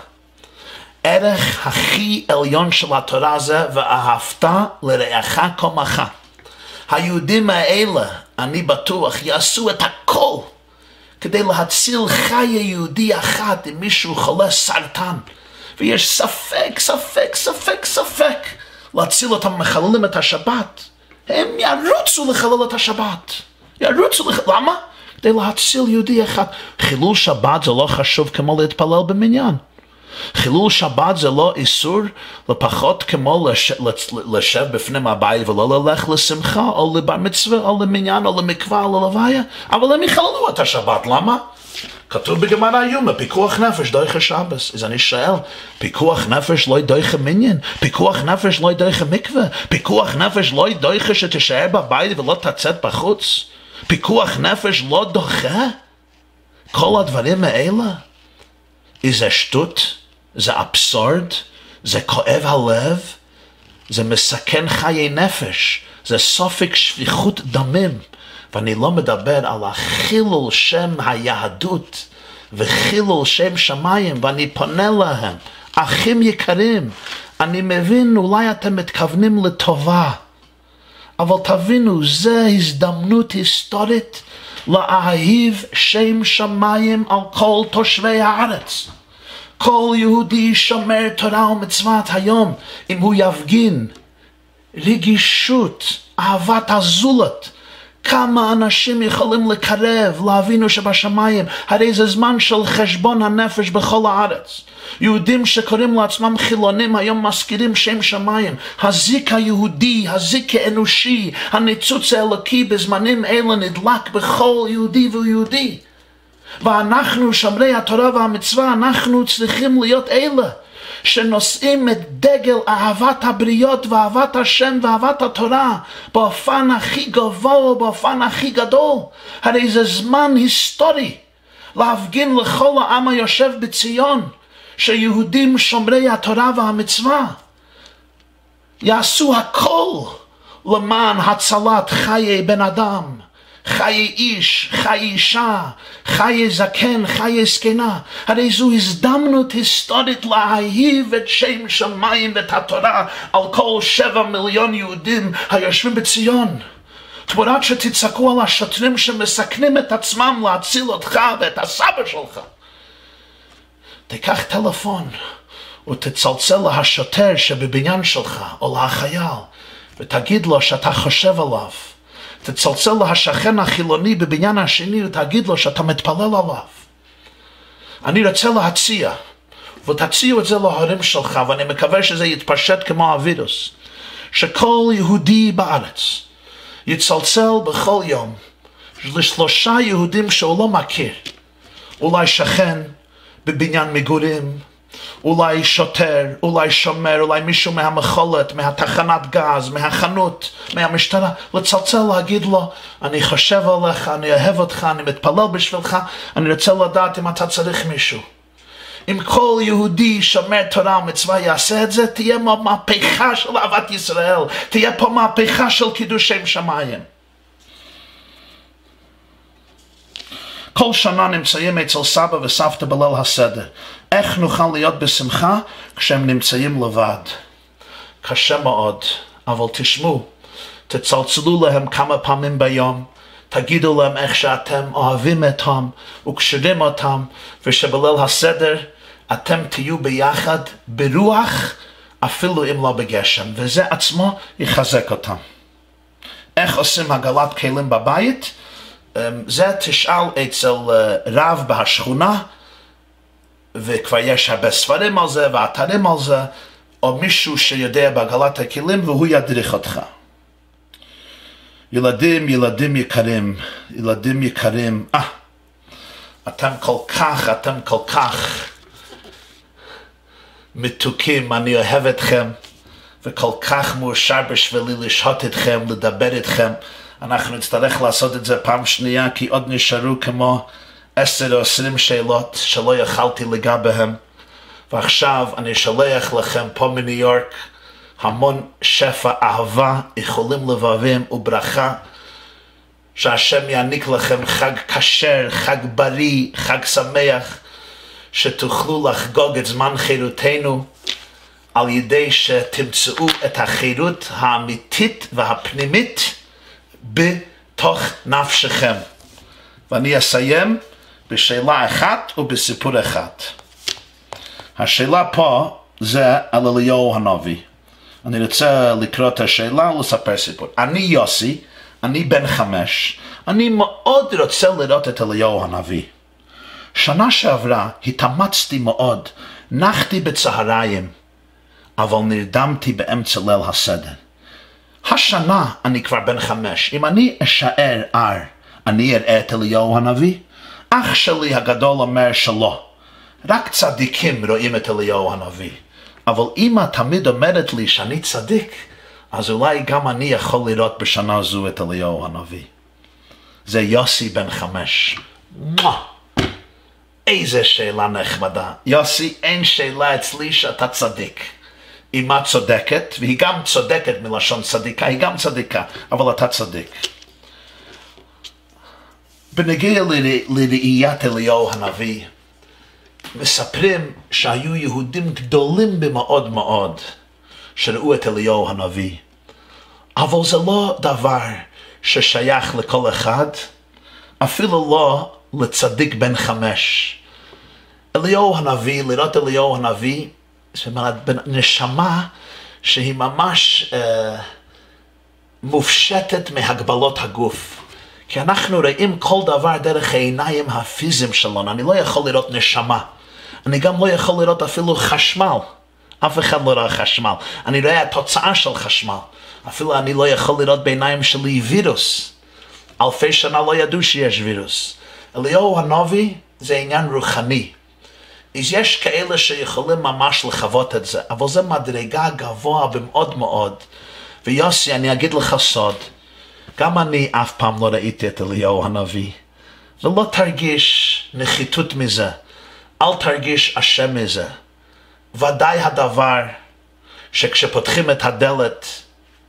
S2: ערך הכי עליון של התורה זה ואהבת לרעך כמוך. היהודים האלה, אני בטוח, יעשו את הכל כדי להציל חיי יהודי אחד אם מישהו חולה סרטן, ויש ספק, ספק, ספק, ספק להציל אותם מחללים את השבת. הם ירוצו לחלל את השבת. ירוצו לחלל, למה? כדי להציל יהודי אחד. חילול שבת זה לא חשוב כמו להתפלל במניין. חילול שבת זה לא איסור לפחות כמו לש... לשב בפנים הבית ולא ללך לשמחה או לבר מצווה או למניין או למקווה או ללוויה, אבל הם יחללו את השבת. למה? כתוב בגמרא יומא, פיקוח נפש דוחה שבס. אז אני שואל, פיקוח נפש לא דוחה מניין? פיקוח נפש לא דוחה מקווה? פיקוח נפש לא דוחה שתישאר בבית ולא תצאת בחוץ? פיקוח נפש לא דוחה? כל הדברים האלה זה שטות, זה אבסורד, זה כואב הלב, זה מסכן חיי נפש, זה סופק שפיכות דמים. ואני לא מדבר על החילול שם היהדות וחילול שם שמיים, ואני פונה להם, אחים יקרים, אני מבין אולי אתם מתכוונים לטובה, אבל תבינו, זה הזדמנות היסטורית להאהיב שם שמיים על כל תושבי הארץ. כל יהודי שומר תורה ומצוות היום, אם הוא יפגין רגישות, אהבת הזולת, כמה אנשים יכולים לקרב לאבינו שבשמיים. הרי זה זמן של חשבון הנפש בכל הארץ. יהודים שקוראים לעצמם חילונים היום מזכירים שם שמיים. הזיק היהודי, הזיק האנושי, הניצוץ האלוקי בזמנים אלה נדלק בכל יהודי ויהודי. ואנחנו שומרי התורה והמצווה, אנחנו צריכים להיות אלה שנושאים את דגל אהבת הבריות ואהבת השם ואהבת התורה באופן הכי גבוה ובאופן הכי גדול. הרי זה זמן היסטורי להפגין לכל העם היושב בציון שיהודים שומרי התורה והמצווה יעשו הכל למען הצלת חיי בן אדם, חיי איש, חיי אישה, חיי זקן, חיי זקנה. הרי זו הזדמנות היסטורית להאהיב את שם שמיים ואת התורה על כל שבע מיליון יהודים היושבים בציון. תמורת שתצעקו על השוטרים שמסכנים את עצמם להציל אותך ואת הסבא שלך. תיקח טלפון ותצלצל להשוטר שבבניין שלך או לחייל ותגיד לו שאתה חושב עליו. תצלצל להשכן החילוני בבניין השני ותגיד לו שאתה מתפלל עליו. אני רוצה להציע, ותציעו את זה להורים שלך, ואני מקווה שזה יתפשט כמו הווירוס, שכל יהודי בארץ יצלצל בכל יום לשלושה יהודים שהוא לא מכיר, אולי שכן בבניין מגורים, אולי שוטר, אולי שומר, אולי מישהו מהמכולת, מהתחנת גז, מהחנות, מהמשטרה, לצלצל להגיד לו, אני חושב עליך, אני אוהב אותך, אני מתפלל בשבילך, אני רוצה לדעת אם אתה צריך מישהו. אם כל יהודי שומר תורה ומצווה יעשה את זה, תהיה מהפכה של אהבת ישראל, תהיה פה מהפכה של קידוש שם שמיים. כל שנה נמצאים אצל סבא וסבתא בליל הסדר. איך נוכל להיות בשמחה כשהם נמצאים לבד? קשה מאוד, אבל תשמעו, תצלצלו להם כמה פעמים ביום, תגידו להם איך שאתם אוהבים אותם וקשרים אותם, ושבליל הסדר אתם תהיו ביחד ברוח, אפילו אם לא בגשם, וזה עצמו יחזק אותם. איך עושים הגלת כלים בבית? זה תשאל אצל רב בהשכונה, וכבר יש הרבה ספרים על זה ואתרים על זה, או מישהו שיודע בהגלת הכלים והוא ידריך אותך. ילדים, ילדים יקרים, ילדים יקרים, אה, אתם כל כך, אתם כל כך מתוקים, אני אוהב אתכם, וכל כך מאושר בשבילי לשהות אתכם, לדבר אתכם. אנחנו נצטרך לעשות את זה פעם שנייה, כי עוד נשארו כמו עשר או עשרים שאלות שלא יכלתי לגביהם. ועכשיו אני שולח לכם פה מניו יורק המון שפע, אהבה, איחולים לבבים וברכה, שהשם יעניק לכם חג כשר, חג בריא, חג שמח, שתוכלו לחגוג את זמן חירותנו, על ידי שתמצאו את החירות האמיתית והפנימית בתוך נפשכם. ואני אסיים בשאלה אחת ובסיפור אחד. השאלה פה זה על אליהו הנביא. אני רוצה לקרוא את השאלה ולספר סיפור. אני יוסי, אני בן חמש, אני מאוד רוצה לראות את אליהו הנביא. שנה שעברה התאמצתי מאוד, נחתי בצהריים, אבל נרדמתי באמצע ליל הסדר. השנה אני כבר בן חמש, אם אני אשאר ער, אני אראה את אליהו הנביא? אח שלי הגדול אומר שלא, רק צדיקים רואים את אליהו הנביא. אבל אמא תמיד אומרת לי שאני צדיק, אז אולי גם אני יכול לראות בשנה זו את אליהו הנביא. זה יוסי בן חמש. איזה שאלה נחמדה. יוסי, אין שאלה אצלי שאתה צדיק. אמא צודקת, והיא גם צודקת מלשון צדיקה, היא גם צדיקה, אבל אתה צדיק. בנגיע לראיית אליהו הנביא, מספרים שהיו יהודים גדולים במאוד מאוד שראו את אליהו הנביא. אבל זה לא דבר ששייך לכל אחד, אפילו לא לצדיק בן חמש. אליהו הנביא, לראות אליהו הנביא, זאת אומרת, נשמה שהיא ממש אה, מופשטת מהגבלות הגוף. כי אנחנו רואים כל דבר דרך העיניים הפיזיים שלנו. אני לא יכול לראות נשמה. אני גם לא יכול לראות אפילו חשמל. אף אחד לא רואה חשמל. אני רואה התוצאה של חשמל. אפילו אני לא יכול לראות בעיניים שלי וירוס. אלפי שנה לא ידעו שיש וירוס. אליהו הנביא זה עניין רוחני. אז יש כאלה שיכולים ממש לחוות את זה. אבל זה מדרגה גבוה במאוד מאוד. ויוסי, אני אגיד לך סוד. גם אני אף פעם לא ראיתי את אליהו הנביא. ולא תרגיש נחיתות מזה. אל תרגיש אשם מזה. ודאי הדבר שכשפותחים את הדלת,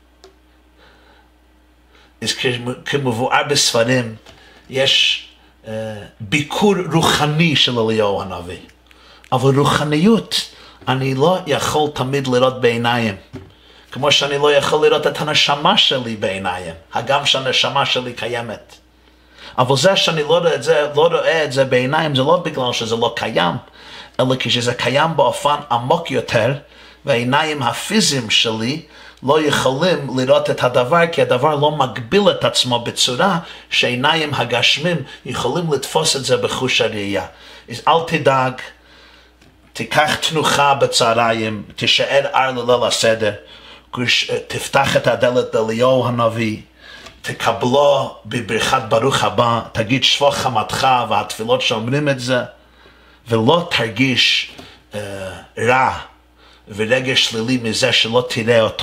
S2: אז כמבואר בספרים, יש uh, ביקור רוחני של אליהו הנביא. אבל רוחניות אני לא יכול תמיד לראות בעיניים. כמו שאני לא יכול לראות את הנשמה שלי בעיניים, הגם שהנשמה שלי קיימת. אבל זה שאני לא רואה את זה, לא רואה את זה בעיניים, זה לא בגלל שזה לא קיים, אלא כשזה קיים באופן עמוק יותר, והעיניים הפיזיים שלי לא יכולים לראות את הדבר, כי הדבר לא מגביל את עצמו בצורה שעיניים הגשמים יכולים לתפוס את זה בחוש הראייה. אז אל תדאג, תיקח תנוחה בצהריים, תישאר ער לליל הסדר, תפתח את הדלת לאליהו הנביא, תקבלו בברכת ברוך הבא, תגיד שבח חמתך והתפילות שאומרים את זה, ולא תרגיש uh, רע ורגש שלילי מזה שלא תראה אותו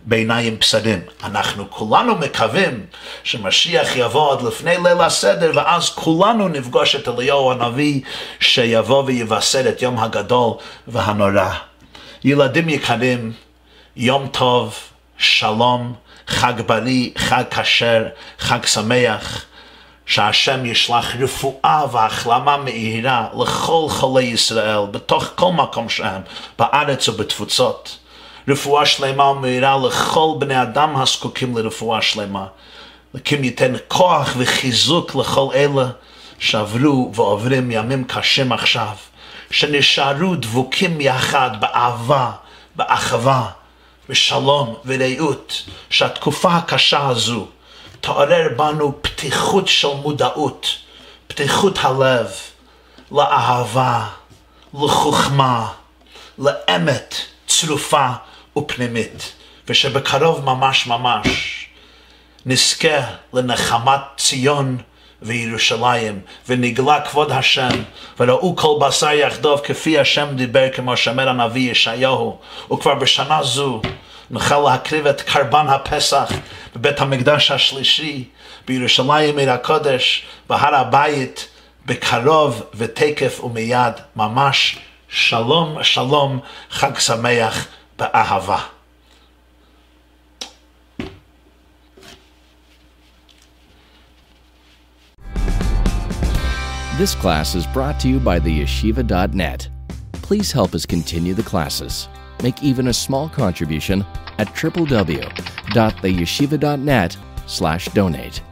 S2: בעיניים בשרים. אנחנו כולנו מקווים שמשיח יבוא עד לפני ליל הסדר, ואז כולנו נפגוש את אליהו הנביא שיבוא ויבשר את יום הגדול והנורא. ילדים יקרים, יום טוב, שלום, חג בריא, חג כשר, חג שמח, שהשם ישלח רפואה והחלמה מהירה לכל חולי ישראל, בתוך כל מקום שהם, בארץ ובתפוצות. רפואה שלמה ומהירה לכל בני אדם הזקוקים לרפואה שלמה. לקים ייתן כוח וחיזוק לכל אלה שעברו ועוברים ימים קשים עכשיו, שנשארו דבוקים יחד באהבה, באחווה, בשלום ורעות, שהתקופה הקשה הזו תעורר בנו פתיחות של מודעות, פתיחות הלב, לאהבה, לחוכמה, לאמת צרופה ופנימית, ושבקרוב ממש ממש נזכה לנחמת ציון וירושלים, ונגלה כבוד השם, וראו כל בשר יחדוב כפי השם דיבר, כמו שאומר הנביא ישעיהו. וכבר בשנה זו נוכל להקריב את קרבן הפסח בבית המקדש השלישי בירושלים עיר הקודש, בהר הבית, בקרוב ותקף ומיד ממש. שלום שלום, חג שמח באהבה.
S1: This class is brought to you by the yeshiva dot net. Please help us continue the classes. Make even a small contribution at w w w dot the yeshiva dot net slash donate.